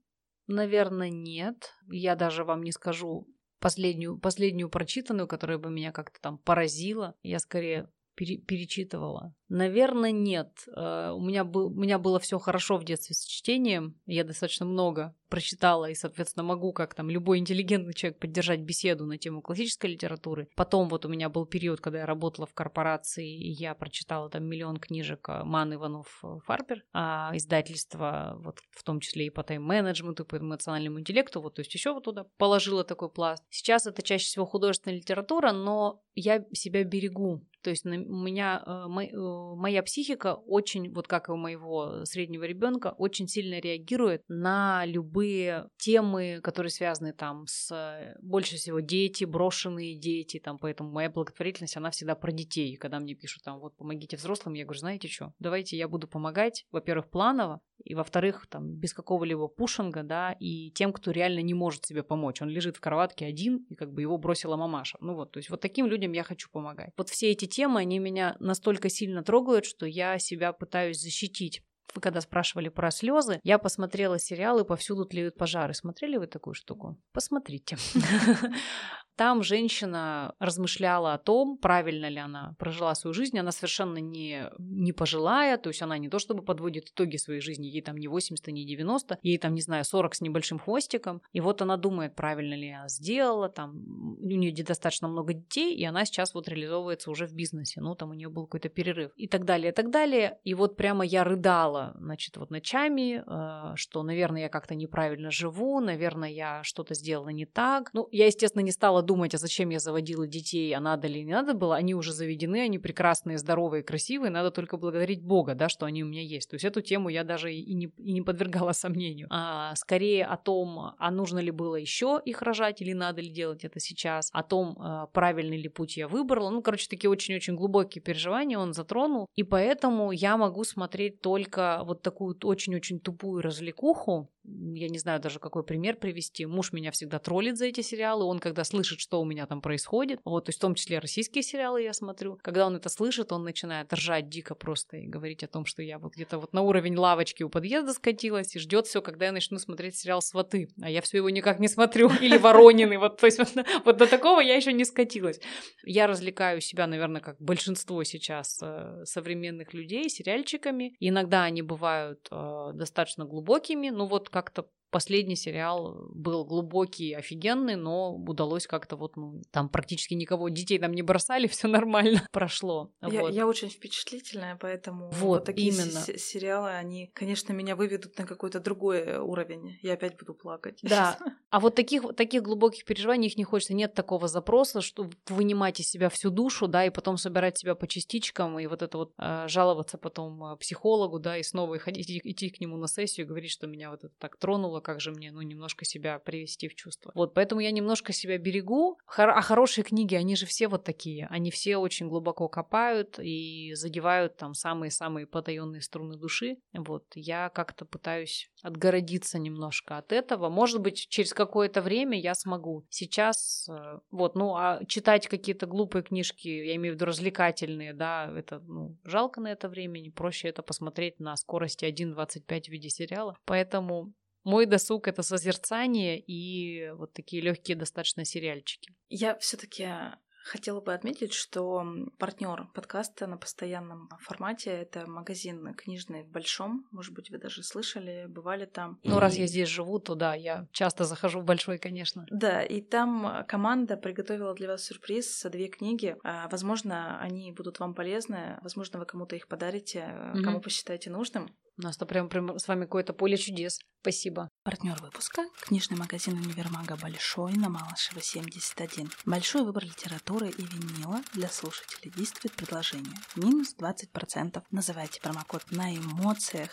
нет. Я даже вам не скажу последнюю прочитанную, которая бы меня как-то там поразила. Я скорее перечитывала. Наверное, нет. У меня было все хорошо в детстве с чтением. Я достаточно много прочитала и, соответственно, могу, как там любой интеллигентный человек, поддержать беседу на тему классической литературы. Потом вот у меня был период, когда я работала в корпорации, и я прочитала там 1 000 000 книжек Ман Иванов Фарбер, издательства, вот в том числе и по тайм-менеджменту, по эмоциональному интеллекту, вот, то есть еще вот туда положила такой пласт. Сейчас это чаще всего художественная литература, но я себя берегу. То есть у меня моя психика очень, вот как и у моего среднего ребенка, очень сильно реагирует на любые темы, которые связаны там с больше всего дети, брошенные дети, там, поэтому моя благотворительность, она всегда про детей. Когда мне пишут там, вот, помогите взрослым, я говорю, знаете что, давайте я буду помогать, во-первых, планово, и во-вторых, там, без какого-либо пушинга, да, и тем, кто реально не может себе помочь. Он лежит в кроватке один, и как бы его бросила мамаша. Ну вот, то есть вот таким людям я хочу помогать. Вот все эти темы, они меня настолько сильно трогают, что я себя пытаюсь защитить. Вы когда спрашивали про слезы, я посмотрела сериалы «Повсюду тлеют пожары». Смотрели вы такую штуку? Посмотрите. Там женщина размышляла о том, правильно ли она прожила свою жизнь. Она совершенно не пожилая, то есть она не то чтобы подводит итоги своей жизни, ей там не 80, не 90, ей там, не знаю, 40 с небольшим хвостиком. И вот она думает, правильно ли она сделала, там у нее достаточно много детей, и она сейчас вот реализовывается уже в бизнесе. Ну, там у нее был какой-то перерыв. И так далее, и так далее. И вот прямо я рыдала, значит, вот ночами, что, наверное, я как-то неправильно живу, наверное, я что-то сделала не так. Ну, я, естественно, не стала думать, а зачем я заводила детей, а надо ли не надо было. Они уже заведены, они прекрасные, здоровые, красивые, надо только благодарить Бога, да, что они у меня есть. То есть эту тему я даже и не подвергала сомнению. Скорее о том, а нужно ли было еще их рожать или надо ли делать это сейчас, о том, правильный ли путь я выбрала. Ну, короче, такие очень-очень глубокие переживания он затронул, и поэтому я могу смотреть только вот такую очень-очень тупую развлекуху, я не знаю даже, какой пример привести. Муж меня всегда троллит за эти сериалы. Он, когда слышит, что у меня там происходит, вот, то есть в том числе российские сериалы я смотрю, когда он это слышит, он начинает ржать дико просто и говорить о том, что я вот где-то вот на уровень лавочки у подъезда скатилась и ждет все, когда я начну смотреть сериал «Сваты», а я все его никак не смотрю. Или «Воронины». Вот, то есть вот до такого я еще не скатилась. Я развлекаю себя, наверное, как большинство сейчас современных людей сериальчиками. Иногда они бывают достаточно глубокими, но вот как-то последний сериал был глубокий, офигенный, но удалось как-то вот, там практически никого, детей там не бросали, все нормально прошло. Я очень впечатлительная, поэтому вот такие именно. Сериалы, они, конечно, меня выведут на какой-то другой уровень. Я опять буду плакать. Да, а вот таких глубоких переживаний их не хочется. Нет такого запроса, что вынимать из себя всю душу, да, и потом собирать себя по частичкам, и вот это вот жаловаться потом психологу, да, и снова идти к нему на сессию и говорить, что меня вот это так тронуло, как же мне, немножко себя привести в чувство. Вот, поэтому я немножко себя берегу. А хорошие книги, они же все вот такие. Они все очень глубоко копают и задевают там самые-самые потаенные струны души. Вот, я как-то пытаюсь отгородиться немножко от этого. Может быть, через какое-то время я смогу. Сейчас, а читать какие-то глупые книжки, я имею в виду развлекательные, да, это, жалко на это времени. Проще это посмотреть на скорости 1.25 в виде сериала. Поэтому мой досуг — это созерцание и вот такие легкие достаточно сериальчики. Я все-таки хотела бы отметить, что партнер подкаста на постоянном формате — это магазин книжный в Большом. Может быть, вы даже слышали, бывали там. Раз я здесь живу, то да, я часто захожу в Большой, конечно. Да, и там команда приготовила для вас сюрприз, 2 книги. Возможно, они будут вам полезны, возможно, вы кому-то их подарите, кому посчитаете нужным. У нас-то прям с вами какое-то поле чудес. Спасибо. Партнер выпуска — книжный магазин универмага «Большой» на Малышева, 71. Большой выбор литературы и винила для слушателей. Действует предложение. Минус 20%. Называйте промокод на эмоциях,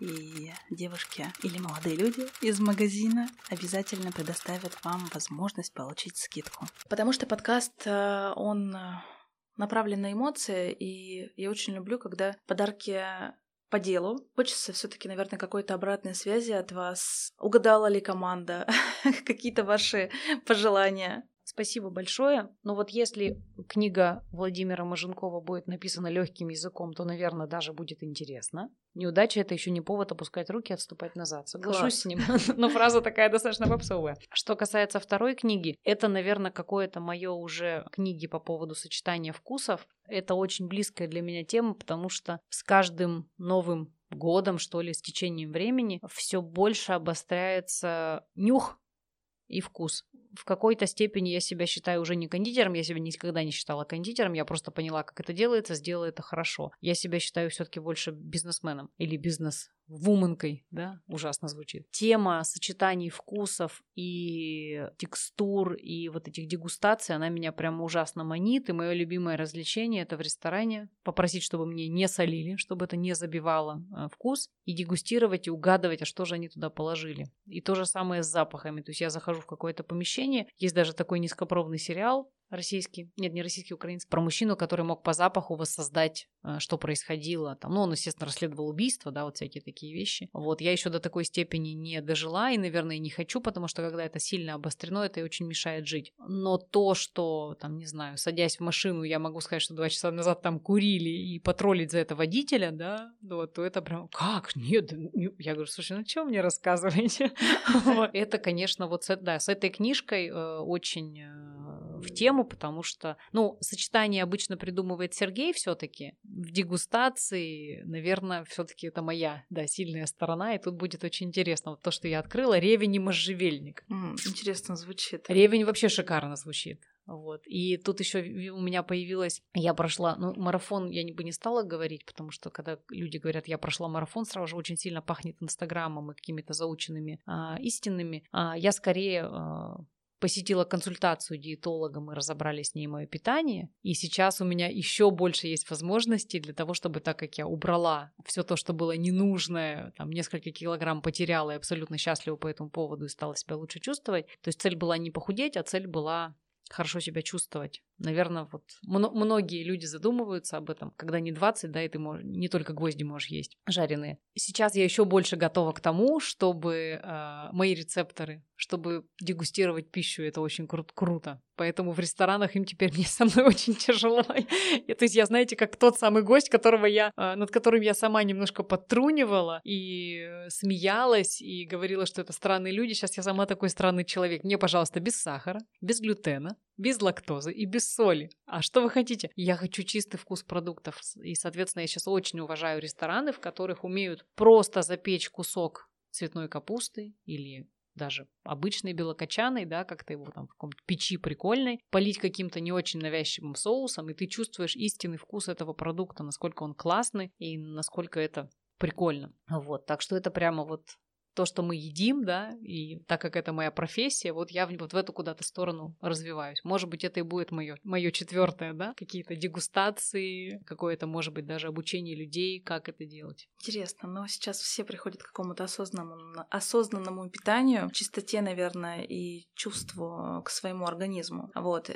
и девушки или молодые люди из магазина обязательно предоставят вам возможность получить скидку. Потому что подкаст, он направлен на эмоции, и я очень люблю, когда подарки по делу. Хочется все-таки, наверное, какой-то обратной связи от вас. Угадала ли команда? Какие-то ваши пожелания? Спасибо большое. Но вот если книга Владимира Маженкова будет написана легким языком, то, наверное, даже будет интересно. Неудача — это еще не повод опускать руки и отступать назад. Соглашусь с ним. Но фраза такая достаточно попсовая. Что касается второй книги, это, наверное, какое-то мое уже книги по поводу сочетания вкусов. Это очень близкая для меня тема, потому что с каждым новым годом, что ли, с течением времени, все больше обостряется нюх и вкус. В какой-то степени я себя считаю уже не кондитером, я себя никогда не считала кондитером, я просто поняла, как это делается, сделала это хорошо. Я себя считаю все-таки больше бизнесменом или бизнес-вуменкой, да, ужасно звучит. Тема сочетаний вкусов и текстур и вот этих дегустаций, она меня прямо ужасно манит, и мое любимое развлечение — это в ресторане попросить, чтобы мне не солили, чтобы это не забивало вкус, и дегустировать, и угадывать, а что же они туда положили. И то же самое с запахами, то есть я захожу в какое-то помещение. Есть даже такой низкопробный сериал российский, нет, не российский, украинский, про мужчину, который мог по запаху воссоздать, что происходило. Там, он, естественно, расследовал убийства, да, вот всякие такие вещи. Вот, я еще до такой степени не дожила и, наверное, не хочу, потому что когда это сильно обострено, это и очень мешает жить. Но то, что, там, не знаю, садясь в машину, я могу сказать, что 2 часа назад там курили и потроллить за это водителя, да, вот, то это прям, как? Нет, я говорю, слушай, ну что мне рассказываете? Это, конечно, вот с этой книжкой очень в тему, потому что, сочетание обычно придумывает Сергей все-таки. В дегустации, наверное, все-таки это моя, да, сильная сторона, и тут будет очень интересно. Вот то, что я открыла, ревень и можжевельник. Интересно звучит. Ревень вообще шикарно звучит. Вот. И тут еще у меня появилась, я прошла, марафон я бы не стала говорить, потому что когда люди говорят, я прошла марафон, сразу же очень сильно пахнет Инстаграмом и какими-то заученными истинами. Я скорее посетила консультацию диетолога, мы разобрали с ней мое питание, и сейчас у меня еще больше есть возможностей для того, чтобы, так как я убрала все то, что было ненужное, там несколько килограмм потеряла и абсолютно счастлива по этому поводу и стала себя лучше чувствовать. То есть цель была не похудеть, а цель была хорошо себя чувствовать. Наверное, вот многие люди задумываются об этом, когда не 20, да, и ты не только гвозди можешь есть жареные. Сейчас я еще больше готова к тому, чтобы мои рецепторы, чтобы дегустировать пищу, это очень круто. Поэтому в ресторанах им теперь мне со мной очень тяжело. То есть я, знаете, как тот самый гость, над которым я сама немножко подтрунивала и смеялась, и говорила, что это странные люди. Сейчас я сама такой странный человек. Мне, пожалуйста, без сахара, без глютена, без лактозы и без соли. А что вы хотите? Я хочу чистый вкус продуктов. И, соответственно, я сейчас очень уважаю рестораны, в которых умеют просто запечь кусок цветной капусты или даже обычной белокочанной, да, как-то его там в каком-то печи прикольной, полить каким-то не очень навязчивым соусом, и ты чувствуешь истинный вкус этого продукта, насколько он классный и насколько это прикольно. Вот, так что это прямо вот то, что мы едим, да, и так как это моя профессия, вот я вот в эту куда-то сторону развиваюсь. Может быть, это и будет мое четвертое, да, какие-то дегустации, какое-то, может быть, даже обучение людей, как это делать. Интересно, но сейчас все приходят к какому-то осознанному питанию, чистоте, наверное, и чувству к своему организму. Вот.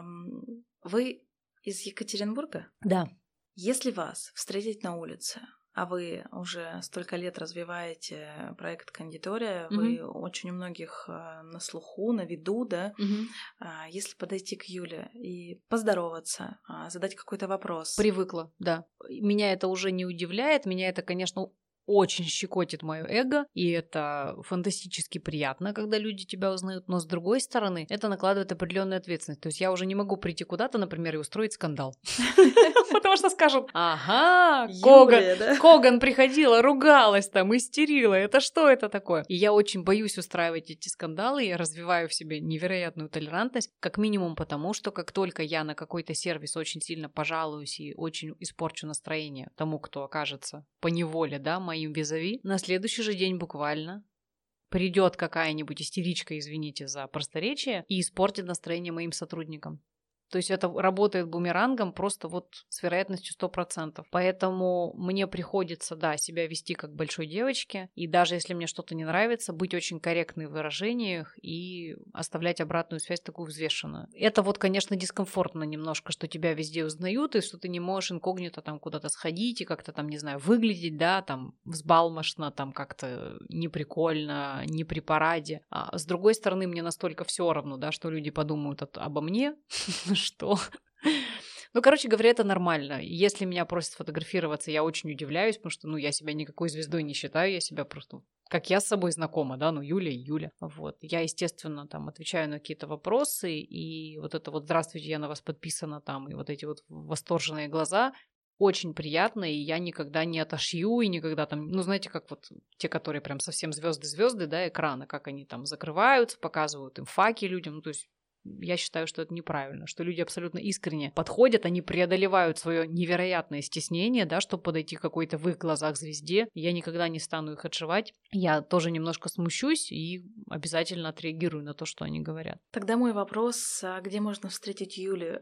Вы из Екатеринбурга? Да. Если вас встретить на улице, а вы уже столько лет развиваете проект «Кондитория», вы очень у многих на слуху, на виду, да? Если подойти к Юле и поздороваться, задать какой-то вопрос. Привыкла, да. Меня это уже не удивляет, меня это, конечно, очень щекотит мое эго, и это фантастически приятно, когда люди тебя узнают, но с другой стороны, это накладывает определенную ответственность. То есть я уже не могу прийти куда-то, например, и устроить скандал. Потому что скажут: ага, Коган приходила, ругалась там, истерила, это что это такое? И я очень боюсь устраивать эти скандалы, я развиваю в себе невероятную толерантность, как минимум потому, что как только я на какой-то сервис очень сильно пожалуюсь и очень испорчу настроение тому, кто окажется поневоле, да, моим визави, на следующий же день буквально придет какая-нибудь истеричка, извините за просторечие, и испортит настроение моим сотрудникам. То есть это работает бумерангом просто вот с вероятностью 100%. Поэтому мне приходится, да, себя вести как большой девочке. И даже если мне что-то не нравится, быть очень корректной в выражениях и оставлять обратную связь такую взвешенную. Это вот, конечно, дискомфортно немножко, что тебя везде узнают, и что ты не можешь инкогнито там куда-то сходить и как-то там, не знаю, выглядеть, да, там взбалмошно, там как-то неприкольно, не при параде. А с другой стороны, мне настолько все равно, да, что люди подумают обо мне, что... Ну, короче говоря, это нормально. Если меня просят фотографироваться, я очень удивляюсь, потому что, я себя никакой звездой не считаю, я себя просто... Как я с собой знакома, да, Юля и Юля. Вот. Я, естественно, там отвечаю на какие-то вопросы, и вот это вот «Здравствуйте, я на вас подписана», там, и вот эти вот восторженные глаза очень приятно, и я никогда не отошью, и никогда там, знаете, как вот те, которые прям совсем звезды, да, экрана, как они там закрываются, показывают им факи людям, то есть я считаю, что это неправильно, что люди абсолютно искренне подходят, они преодолевают свое невероятное стеснение, да, чтобы подойти к какой-то в их глазах звезде. Я никогда не стану их отшивать. Я тоже немножко смущусь и обязательно отреагирую на то, что они говорят. Тогда мой вопрос: а где можно встретить Юлию?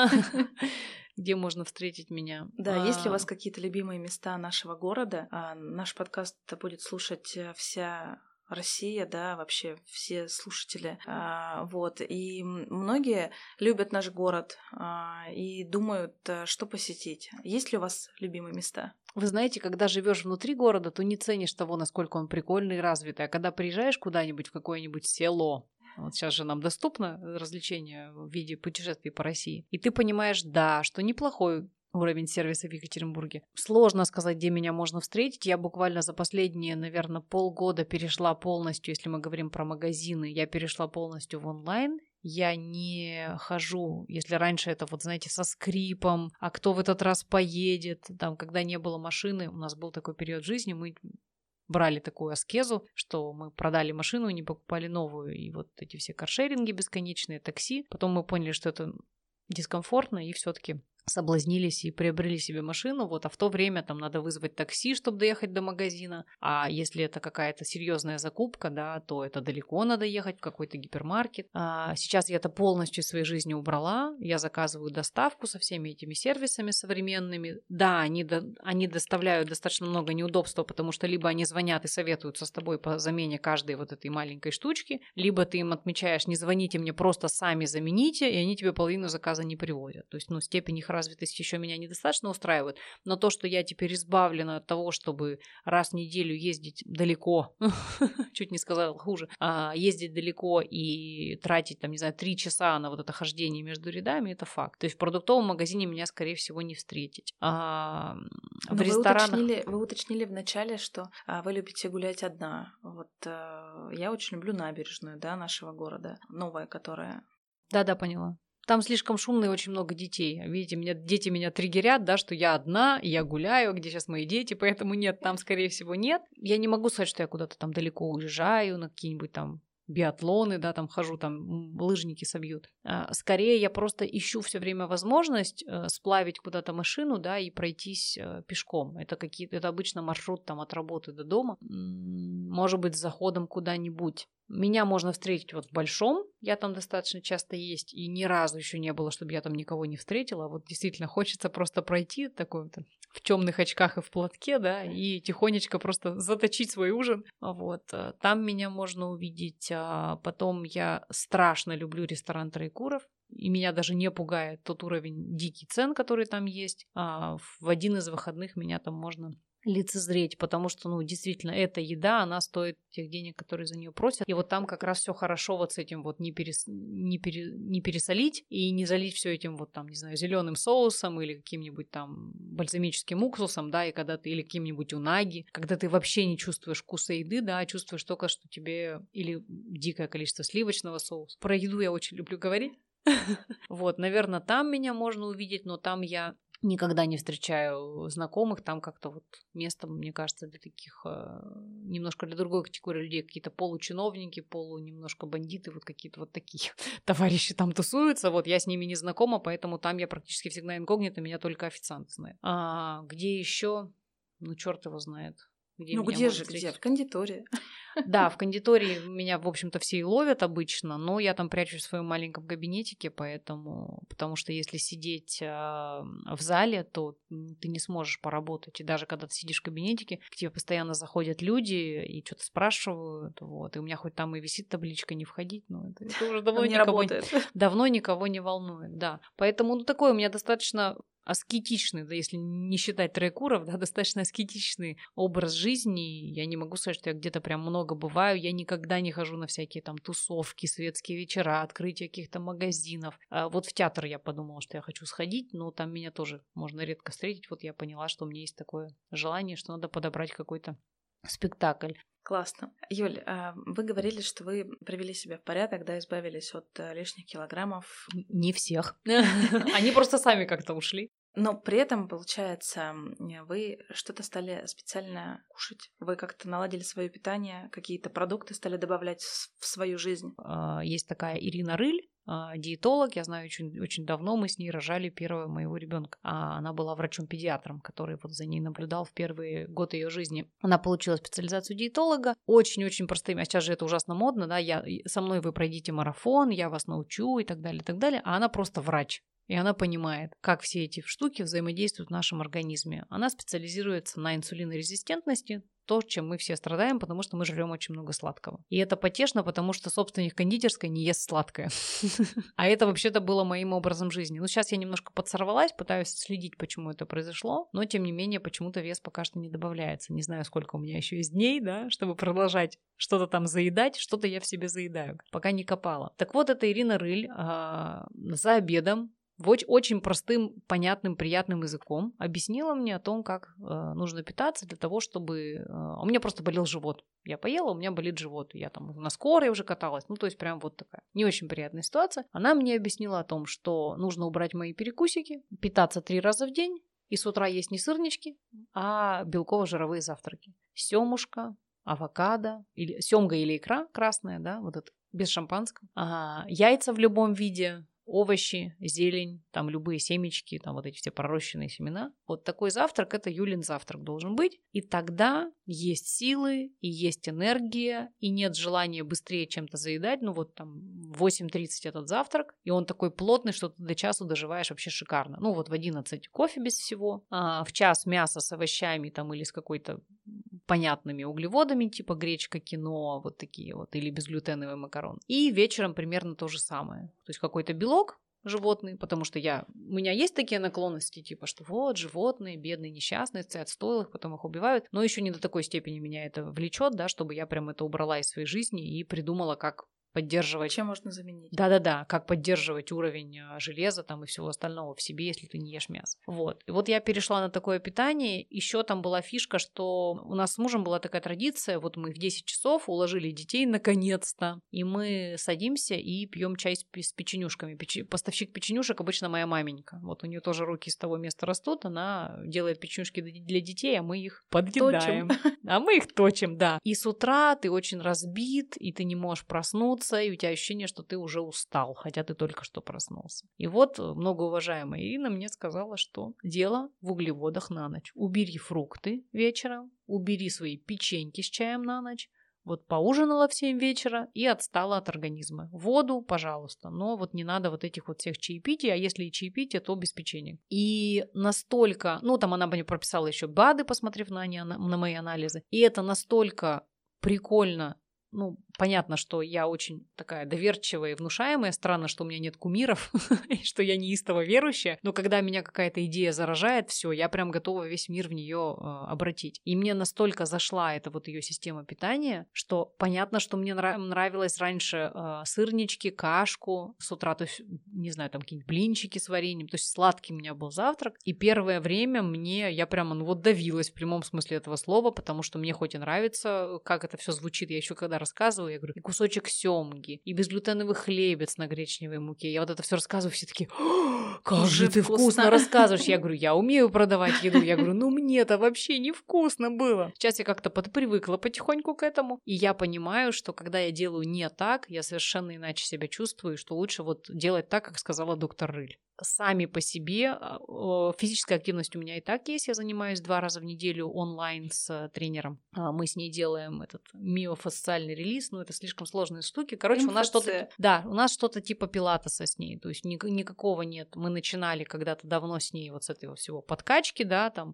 Где можно встретить меня? Да, есть ли у вас какие-то любимые места нашего города? Наш подкаст будет слушать вся Россия, да, вообще все слушатели, вот, и многие любят наш город и думают, что посетить. Есть ли у вас любимые места? Вы знаете, когда живешь внутри города, то не ценишь того, насколько он прикольный и развитый, а когда приезжаешь куда-нибудь в какое-нибудь село, вот сейчас же нам доступно развлечение в виде путешествий по России, и ты понимаешь, да, что неплохой уровень сервиса в Екатеринбурге. Сложно сказать, где меня можно встретить. Я буквально за последние, наверное, полгода перешла полностью, если мы говорим про магазины, я перешла полностью в онлайн. Я не хожу, если раньше это, вот знаете, со скрипом, а кто в этот раз поедет, там, когда не было машины, у нас был такой период жизни, мы брали такую аскезу, что мы продали машину и не покупали новую. И вот эти все каршеринги бесконечные, такси. Потом мы поняли, что это дискомфортно, и все-таки соблазнились и приобрели себе машину, вот, а в то время там надо вызвать такси, чтобы доехать до магазина, а если это какая-то серьезная закупка, да, то это далеко надо ехать в какой-то гипермаркет. Сейчас я это полностью из своей жизни убрала, я заказываю доставку со всеми этими сервисами современными, да, они доставляют достаточно много неудобства, потому что либо они звонят и советуются с тобой по замене каждой вот этой маленькой штучки, либо ты им отмечаешь: не звоните мне, просто сами замените, и они тебе половину заказа не приводят. То есть, степень их развитости еще меня недостаточно устраивает, но то, что я теперь избавлена от того, чтобы раз в неделю ездить далеко, чуть не сказала хуже, ездить далеко и тратить, там, не знаю, 3 часа на вот это хождение между рядами, это факт. То есть в продуктовом магазине меня, скорее всего, не встретить. В ресторанах... Вы уточнили вначале, что вы любите гулять одна. Вот я очень люблю набережную, да, нашего города, новая, которая... Да, поняла. Там слишком шумно и очень много детей. Видите, дети меня триггерят, да, что я одна, и я гуляю, где сейчас мои дети, поэтому нет, там, скорее всего, нет. Я не могу сказать, что я куда-то там далеко уезжаю, на какие-нибудь там биатлоны, да, там хожу, там лыжники собьют. Скорее я просто ищу все время возможность сплавить куда-то машину, да, и пройтись пешком. Это обычно маршрут там от работы до дома, может быть, с заходом куда-нибудь. Меня можно встретить вот в Большом, я там достаточно часто есть, и ни разу еще не было, чтобы я там никого не встретила. Вот действительно хочется просто пройти такой в темных очках и в платке, да, и тихонечко просто заточить свой ужин. Вот. Там меня можно увидеть. Потом я страшно люблю ресторан Троекуров. И меня даже не пугает тот уровень дикий цен, который там есть. В один из выходных меня там можно лицезреть, потому что, действительно, эта еда, она стоит тех денег, которые за нее просят. И вот там как раз все хорошо вот с этим вот не пересолить и не залить все этим вот там, не знаю, зеленым соусом или каким-нибудь там бальзамическим уксусом, да, и когда ты, или каким-нибудь унаги, когда ты вообще не чувствуешь вкуса еды, да, а чувствуешь только, что тебе или дикое количество сливочного соуса. Про еду я очень люблю говорить. Вот, наверное, там меня можно увидеть, но там я никогда не встречаю знакомых, там как-то вот место, мне кажется, для таких, немножко для другой категории людей, какие-то получиновники, немножко бандиты, вот какие-то вот такие товарищи там тусуются, вот я с ними не знакома, поэтому там я практически всегда инкогнито, меня только официант знает. Где еще? Черт его знает. Где? В кондитерии. Да, в кондитерии меня, в общем-то, все и ловят обычно, но я там прячусь в своем маленьком кабинетике, потому что если сидеть в зале, то ты не сможешь поработать. И даже когда ты сидишь в кабинетике, к тебе постоянно заходят люди и что-то спрашивают, вот. И у меня хоть там и висит табличка «не входить», но это уже давно никого не волнует, да. Поэтому, такой у меня достаточно аскетичный, да, если не считать Троекуров, да, достаточно аскетичный образ жизни. Я не могу сказать, что я где-то прям много бываю. Я никогда не хожу на всякие там тусовки, светские вечера, открытие каких-то магазинов. Вот в театр я подумала, что я хочу сходить, но там меня тоже можно редко встретить. Вот я поняла, что у меня есть такое желание, что надо подобрать какой-то спектакль. Классно. Юль, вы говорили, что вы привели себя в порядок, да, избавились от лишних килограммов. Не всех. Они просто сами как-то ушли. Но при этом, получается, вы что-то стали специально кушать. Вы как-то наладили свое питание, какие-то продукты стали добавлять в свою жизнь. Есть такая Ирина Рыль, диетолог, я знаю, очень, очень давно мы с ней рожали первого моего ребенка. Она была врачом-педиатром, который вот за ней наблюдал в первый год ее жизни. Она получила специализацию диетолога, очень-очень простыми, а сейчас же это ужасно модно, да, со мной вы пройдите марафон, я вас научу и так далее, а она просто врач. И она понимает, как все эти штуки взаимодействуют в нашем организме. Она специализируется на инсулинорезистентности, то, чем мы все страдаем, потому что мы жрем очень много сладкого. И это потешно, потому что собственник кондитерской не ест сладкое. А это вообще-то было моим образом жизни. Сейчас я немножко подсорвалась, пытаюсь следить, почему это произошло, но тем не менее почему-то вес пока что не добавляется. Не знаю, сколько у меня еще есть дней, да, чтобы продолжать что-то там заедать, что-то я в себе заедаю. Пока не копала. Так вот, это Ирина Рыль за обедом очень простым, понятным, приятным языком объяснила мне о том, как нужно питаться для того, чтобы... У меня просто болел живот. Я поела, у меня болит живот. Я там на скорой уже каталась. То есть прям вот такая не очень приятная ситуация. Она мне объяснила о том, что нужно убрать мои перекусики, питаться 3 раза в день и с утра есть не сырнички, а белково-жировые завтраки. Семушка, авокадо, семга или икра красная, да, вот это, без шампанского. Яйца в любом виде, овощи, зелень, там любые семечки, там вот эти все пророщенные семена. Вот такой завтрак — это Юлин завтрак должен быть. И тогда есть силы, и есть энергия, и нет желания быстрее чем-то заедать. Ну вот там в 8:30 этот завтрак, и он такой плотный, что ты до часу доживаешь вообще шикарно. Ну вот в 11 кофе без всего, в час мясо с овощами там или с какой-то понятными углеводами, типа гречка, киноа, вот такие вот, или безглютеновый макарон. И вечером примерно то же самое. То есть какой-то белок животный, потому что у меня есть такие наклонности, типа, что вот животные, бедные, несчастные, стоят в стойлах, потом их убивают, но еще не до такой степени меня это влечет, да, чтобы я прям это убрала из своей жизни и придумала, как поддерживать... Чем можно заменить? Да-да-да, как поддерживать уровень железа там и всего остального в себе, если ты не ешь мясо. Вот. И вот я перешла на такое питание. Еще там была фишка, что у нас с мужем была такая традиция, вот мы в 10 часов уложили детей наконец-то, и мы садимся и пьем чай с печенюшками. Поставщик печенюшек обычно моя маменька. Вот у нее тоже руки с того места растут, она делает печенюшки для детей, а мы их подъедаем. А мы их точим, да. И с утра ты очень разбит, и ты не можешь проснуться, и у тебя ощущение, что ты уже устал, хотя ты только что проснулся. И вот многоуважаемая Ирина мне сказала, что дело в углеводах на ночь. Убери фрукты вечером, убери свои печеньки с чаем на ночь. Вот поужинала в 7 вечера и отстала от организма. Воду, пожалуйста, но вот не надо вот этих вот всех чаепитий, а если и чаепитие, то без печенья. И настолько, ну там она мне прописала еще БАДы, посмотрев на мои анализы, и это настолько прикольно. Ну, понятно, что я очень такая доверчивая и внушаемая. Странно, что у меня нет кумиров, и что я неистово верующая. Но когда меня какая-то идея заражает, все, я прям готова весь мир в нее обратить. И мне настолько зашла эта вот ее система питания, что понятно, что мне нравилось раньше сырнички, кашку с утра, то есть, не знаю, там какие-нибудь блинчики с вареньем. То есть сладкий у меня был завтрак. И первое время я прямо, ну вот давилась в прямом смысле этого слова, потому что мне хоть и нравится, как это все звучит. Я еще когда рассказываю, я говорю, и кусочек сёмги, и безглютеновый хлебец на гречневой муке. Я вот это все рассказываю, все такие, как же ты вкусно рассказываешь. Я говорю, я умею продавать еду. Я говорю, ну мне-то вообще невкусно было. Сейчас я как-то подпривыкла потихоньку к этому, и я понимаю, что когда я делаю не так, я совершенно иначе себя чувствую, что лучше вот делать так, как сказала доктор Рыль. Сами по себе физическая активность у меня и так есть. Я занимаюсь 2 раза в неделю онлайн с тренером. Мы с ней делаем этот миофасциальный релиз, но это слишком сложные штуки. Короче, у нас что-то типа пилатеса с ней. То есть никакого нет. Мы начинали когда-то давно с ней вот с этого всего подкачки, да, там.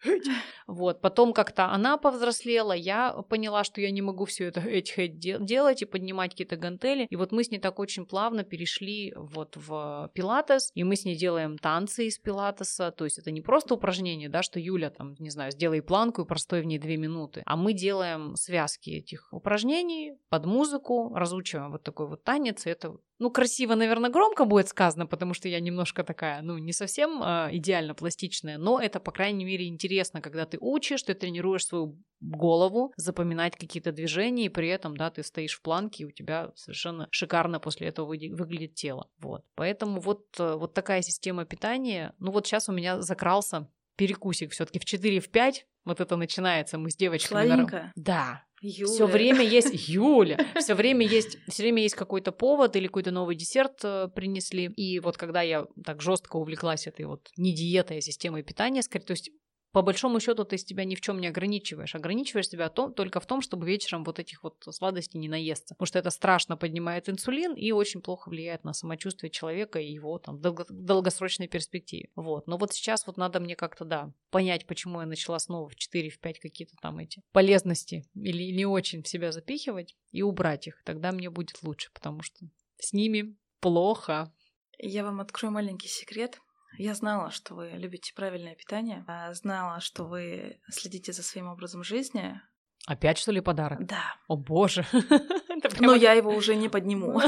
Вот. Потом как-то она повзрослела, я поняла, что я не могу все это делать и поднимать какие-то гантели. И вот мы с ней так очень плавно перешли вот в пилатес, и мы с ней делаем танцы из пилатеса, то есть это не просто упражнение, да, что Юля там, не знаю, сделай планку и простой в ней 2 минуты, а мы делаем связки этих упражнений под музыку, разучиваем вот такой вот танец, и это, ну, красиво, наверное, громко будет сказано, потому что я немножко такая, ну, не совсем идеально пластичная, но это, по крайней мере, интересно, когда ты учишь, ты тренируешь свою голову, запоминать какие-то движения, и при этом, да, ты стоишь в планке, и у тебя совершенно шикарно после этого выглядит тело. Вот. Поэтому вот такая система питания. Ну вот сейчас у меня закрался перекусик все-таки в 4-5. Вот это начинается. Мы с девочками... Сладенько? Да. Юля. Все время есть... Юля! Все время есть какой-то повод или какой-то новый десерт принесли. И вот когда я так жестко увлеклась этой вот не диетой, а системой питания, скорее, то есть по большому счету ты себя ни в чем не ограничиваешь. Ограничиваешь себя только в том, чтобы вечером вот этих вот сладостей не наесться. Потому что это страшно поднимает инсулин и очень плохо влияет на самочувствие человека и его там в долгосрочной перспективе. Вот. Но вот сейчас вот надо мне как-то, да, понять, почему я начала снова в 4-5 какие-то там эти полезности или не очень в себя запихивать и убрать их. Тогда мне будет лучше, потому что с ними плохо. Я вам открою маленький секрет. Я знала, что вы любите правильное питание, знала, что вы следите за своим образом жизни. Опять, что ли, подарок? Да. О, боже! Но я его уже не подниму.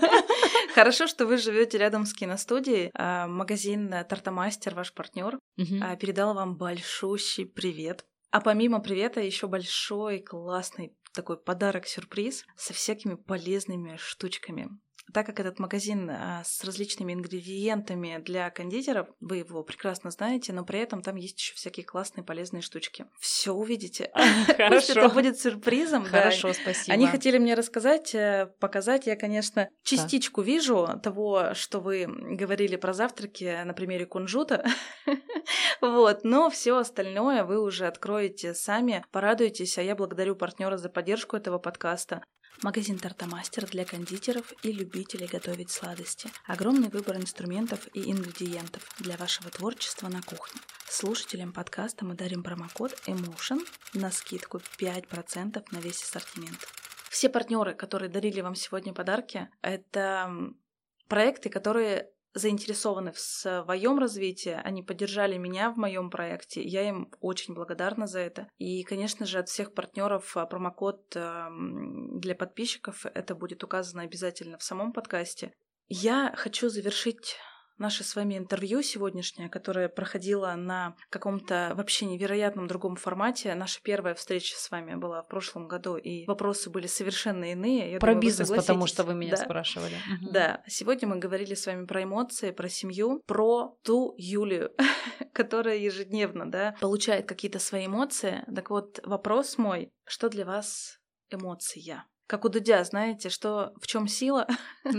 Хорошо, что вы живете рядом с киностудией. Магазин Тортомастер, ваш партнер, передал вам большущий привет. А помимо привета еще большой, классный такой подарок-сюрприз со всякими полезными штучками. так как этот магазин с различными ингредиентами для кондитеров, вы его прекрасно знаете, но при этом там есть еще всякие классные полезные штучки. Все увидите. Пусть это будет сюрпризом. Хорошо, спасибо. Они хотели мне рассказать, показать. Я, конечно, частичку вижу того, что вы говорили про завтраки на примере кунжута. Вот, но все остальное вы уже откроете сами, порадуйтесь, а я благодарю партнера за поддержку этого подкаста. Магазин Тортомастер для кондитеров и любителей готовить сладости. Огромный выбор инструментов и ингредиентов для вашего творчества на кухне. Слушателям подкаста мы дарим промокод EMOTION на скидку 5% на весь ассортимент. Все партнеры, которые дарили вам сегодня подарки, это проекты, которые заинтересованы в своем развитии, они поддержали меня в моем проекте, я им очень благодарна за это. И, конечно же, от всех партнеров промокод для подписчиков, это будет указано обязательно в самом подкасте. Я хочу завершить наше с вами интервью сегодняшнее, которое проходило на каком-то вообще невероятном другом формате. Наша первая встреча с вами была в прошлом году, и вопросы были совершенно иные. Я про думаю, бизнес, потому что вы меня спрашивали. Да, сегодня мы говорили с вами про эмоции, про семью, про ту Юлию, которая ежедневно, получает какие-то свои эмоции. Так вот, вопрос мой, что для вас эмоция? Как у Дудя, знаете, в чем сила?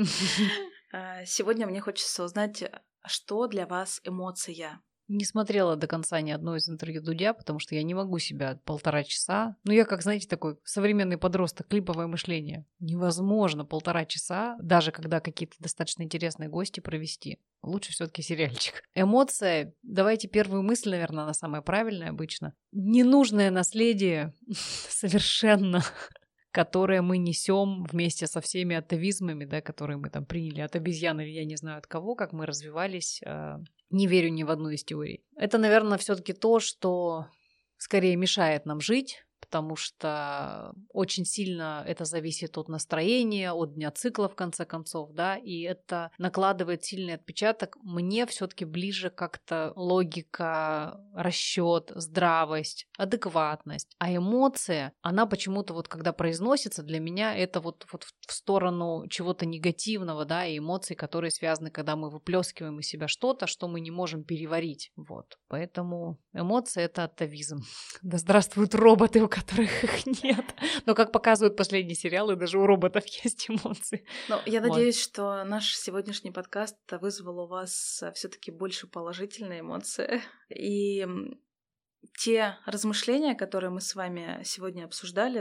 Сегодня мне хочется узнать, что для вас эмоция. Не смотрела до конца ни одно из интервью Дудя, потому что я не могу себя 1,5 часа. Я, как, знаете, такой современный подросток, клиповое мышление. Невозможно 1,5 часа, даже когда какие-то достаточно интересные гости провести. Лучше все-таки сериальчик. Эмоция, давайте первую мысль, наверное, она самая правильная обычно. Ненужное наследие совершенно, которые мы несем вместе со всеми атовизмами, которые мы там приняли от обезьян или я не знаю от кого, как мы развивались. Не верю ни в одну из теорий. Это, наверное, все-таки то, что скорее мешает нам жить, потому что очень сильно это зависит от настроения, от дня цикла, в конце концов, и это накладывает сильный отпечаток. Мне все-таки ближе как-то логика, расчет, здравость, адекватность. А эмоция, она почему-то когда произносится, для меня это вот в сторону чего-то негативного, и эмоций, которые связаны, когда мы выплескиваем из себя что-то, что мы не можем переварить. Поэтому эмоции — это атовизм. Да здравствуют роботы, у которых их нет. Но, как показывают последние сериалы, даже у роботов есть эмоции. Я надеюсь, что наш сегодняшний подкаст вызвал у вас все-таки больше положительной эмоции. И те размышления, которые мы с вами сегодня обсуждали,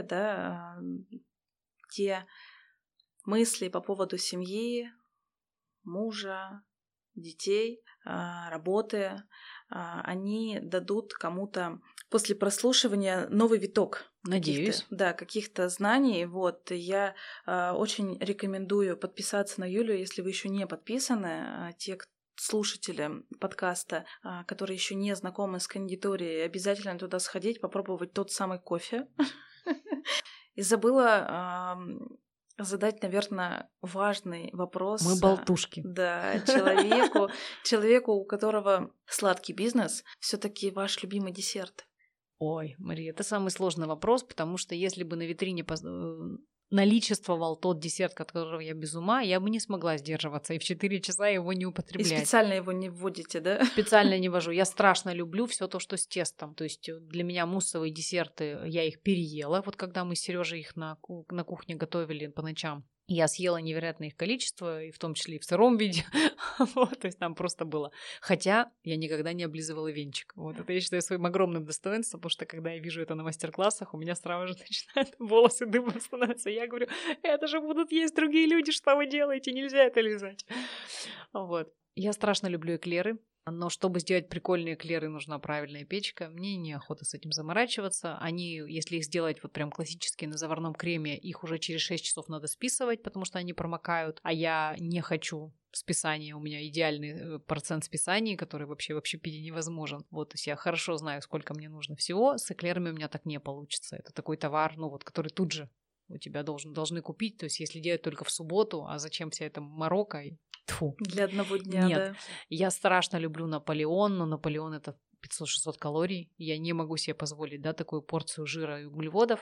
те мысли по поводу семьи, мужа, детей, работы, они дадут кому-то после прослушивания новый виток. Надеюсь. Каких-то знаний. Я очень рекомендую подписаться на Юлю, если вы еще не подписаны. Те слушатели подкаста, которые еще не знакомы с кондитерией, обязательно туда сходить, попробовать тот самый кофе. И забыла задать, наверное, важный вопрос. Мы болтушки. Человеку, у которого сладкий бизнес, все-таки ваш любимый десерт. Ой, Мария, это самый сложный вопрос, потому что если бы на витрине наличествовал тот десерт, которого я без ума, я бы не смогла сдерживаться и в 4 часа его не употреблять. И специально его не вводите, да? Специально не ввожу. Я страшно люблю все то, что с тестом. То есть для меня муссовые десерты, я их переела. Когда мы с Сережей их на кухне готовили по ночам. Я съела невероятное их количество, и в том числе и в сыром виде. То есть там просто было. Хотя я никогда не облизывала венчик. Это я считаю своим огромным достоинством, потому что когда я вижу это на мастер-классах, у меня сразу же начинают волосы дыбом становятся. Я говорю, это же будут есть другие люди, что вы делаете? Нельзя это лизать. Я страшно люблю эклеры. Но чтобы сделать прикольные эклеры, нужна правильная печка. Мне неохота с этим заморачиваться. Они, если их сделать прям классические на заварном креме, их уже через 6 часов надо списывать, потому что они промокают. А я не хочу списания. У меня идеальный процент списаний, который вообще в общепите невозможен. То есть я хорошо знаю, сколько мне нужно всего. С эклерами у меня так не получится. Это такой товар, который тут же у тебя должны купить. То есть если делать только в субботу, а зачем вся эта морока? Тьфу. Для одного дня, Нет. Я страшно люблю Наполеон, но Наполеон — это 500-600 калорий. Я не могу себе позволить, такую порцию жира и углеводов.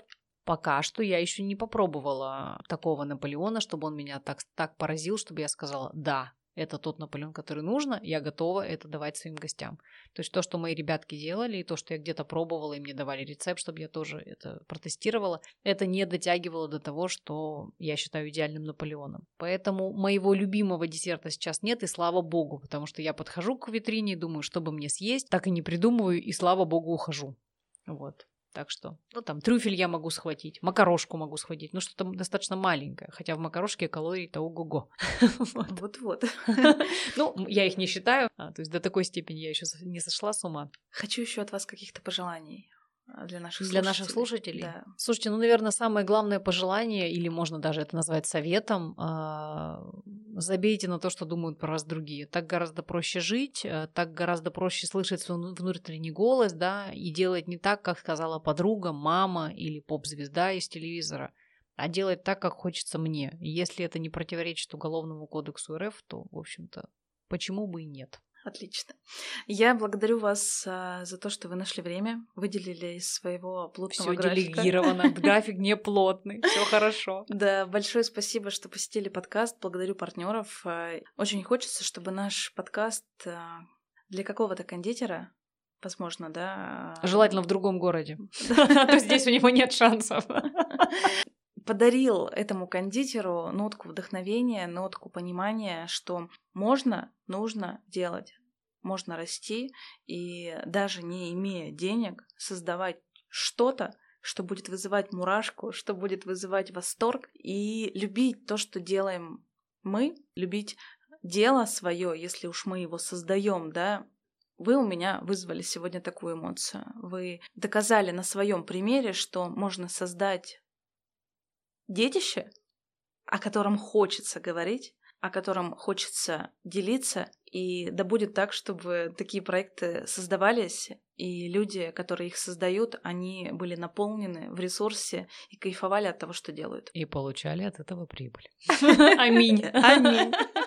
Пока что я еще не попробовала такого Наполеона, чтобы он меня так поразил, чтобы я сказала: да, это тот Наполеон, который нужно, я готова это давать своим гостям. То есть то, что мои ребятки делали, и то, что я где-то пробовала, и мне давали рецепт, чтобы я тоже это протестировала, это не дотягивало до того, что я считаю идеальным Наполеоном. Поэтому моего любимого десерта сейчас нет, и слава богу, потому что я подхожу к витрине и думаю, что бы мне съесть, так и не придумываю, и слава богу ухожу. Вот. Так что, там трюфель я могу схватить, макарошку могу схватить, что-то достаточно маленькое, хотя в макарошке калорий-то ого-го. Вот-вот. Я их не считаю, то есть до такой степени я еще не сошла с ума. Хочу еще от вас каких-то пожеланий для наших слушателей. Для наших слушателей? Да. Слушайте, наверное, самое главное пожелание, или можно даже это назвать советом, забейте на то, что думают про вас другие. Так гораздо проще жить, так гораздо проще слышать свой внутренний голос, да, и делать не так, как сказала подруга, мама или поп-звезда из телевизора, а делать так, как хочется мне. И если это не противоречит Уголовному кодексу РФ, то, в общем-то, почему бы и нет? Отлично. Я благодарю вас за то, что вы нашли время, выделили из своего плотного графика. Всё делегировано, график не плотный, все хорошо. Да, большое спасибо, что посетили подкаст. Благодарю партнеров. Очень хочется, чтобы наш подкаст для какого-то кондитера, возможно, да... Желательно в другом городе, а то здесь у него нет шансов. Подарил этому кондитеру нотку вдохновения, нотку понимания, что можно, нужно делать, можно расти и даже не имея денег создавать что-то, что будет вызывать мурашку, что будет вызывать восторг, и любить то, что делаем мы, любить дело свое, если уж мы его создаем, да. Вы у меня вызвали сегодня такую эмоцию. Вы доказали на своем примере, что можно создать детище, о котором хочется говорить, о котором хочется делиться, и да будет так, чтобы такие проекты создавались, и люди, которые их создают, они были наполнены в ресурсе и кайфовали от того, что делают. И получали от этого прибыль. Аминь. Аминь.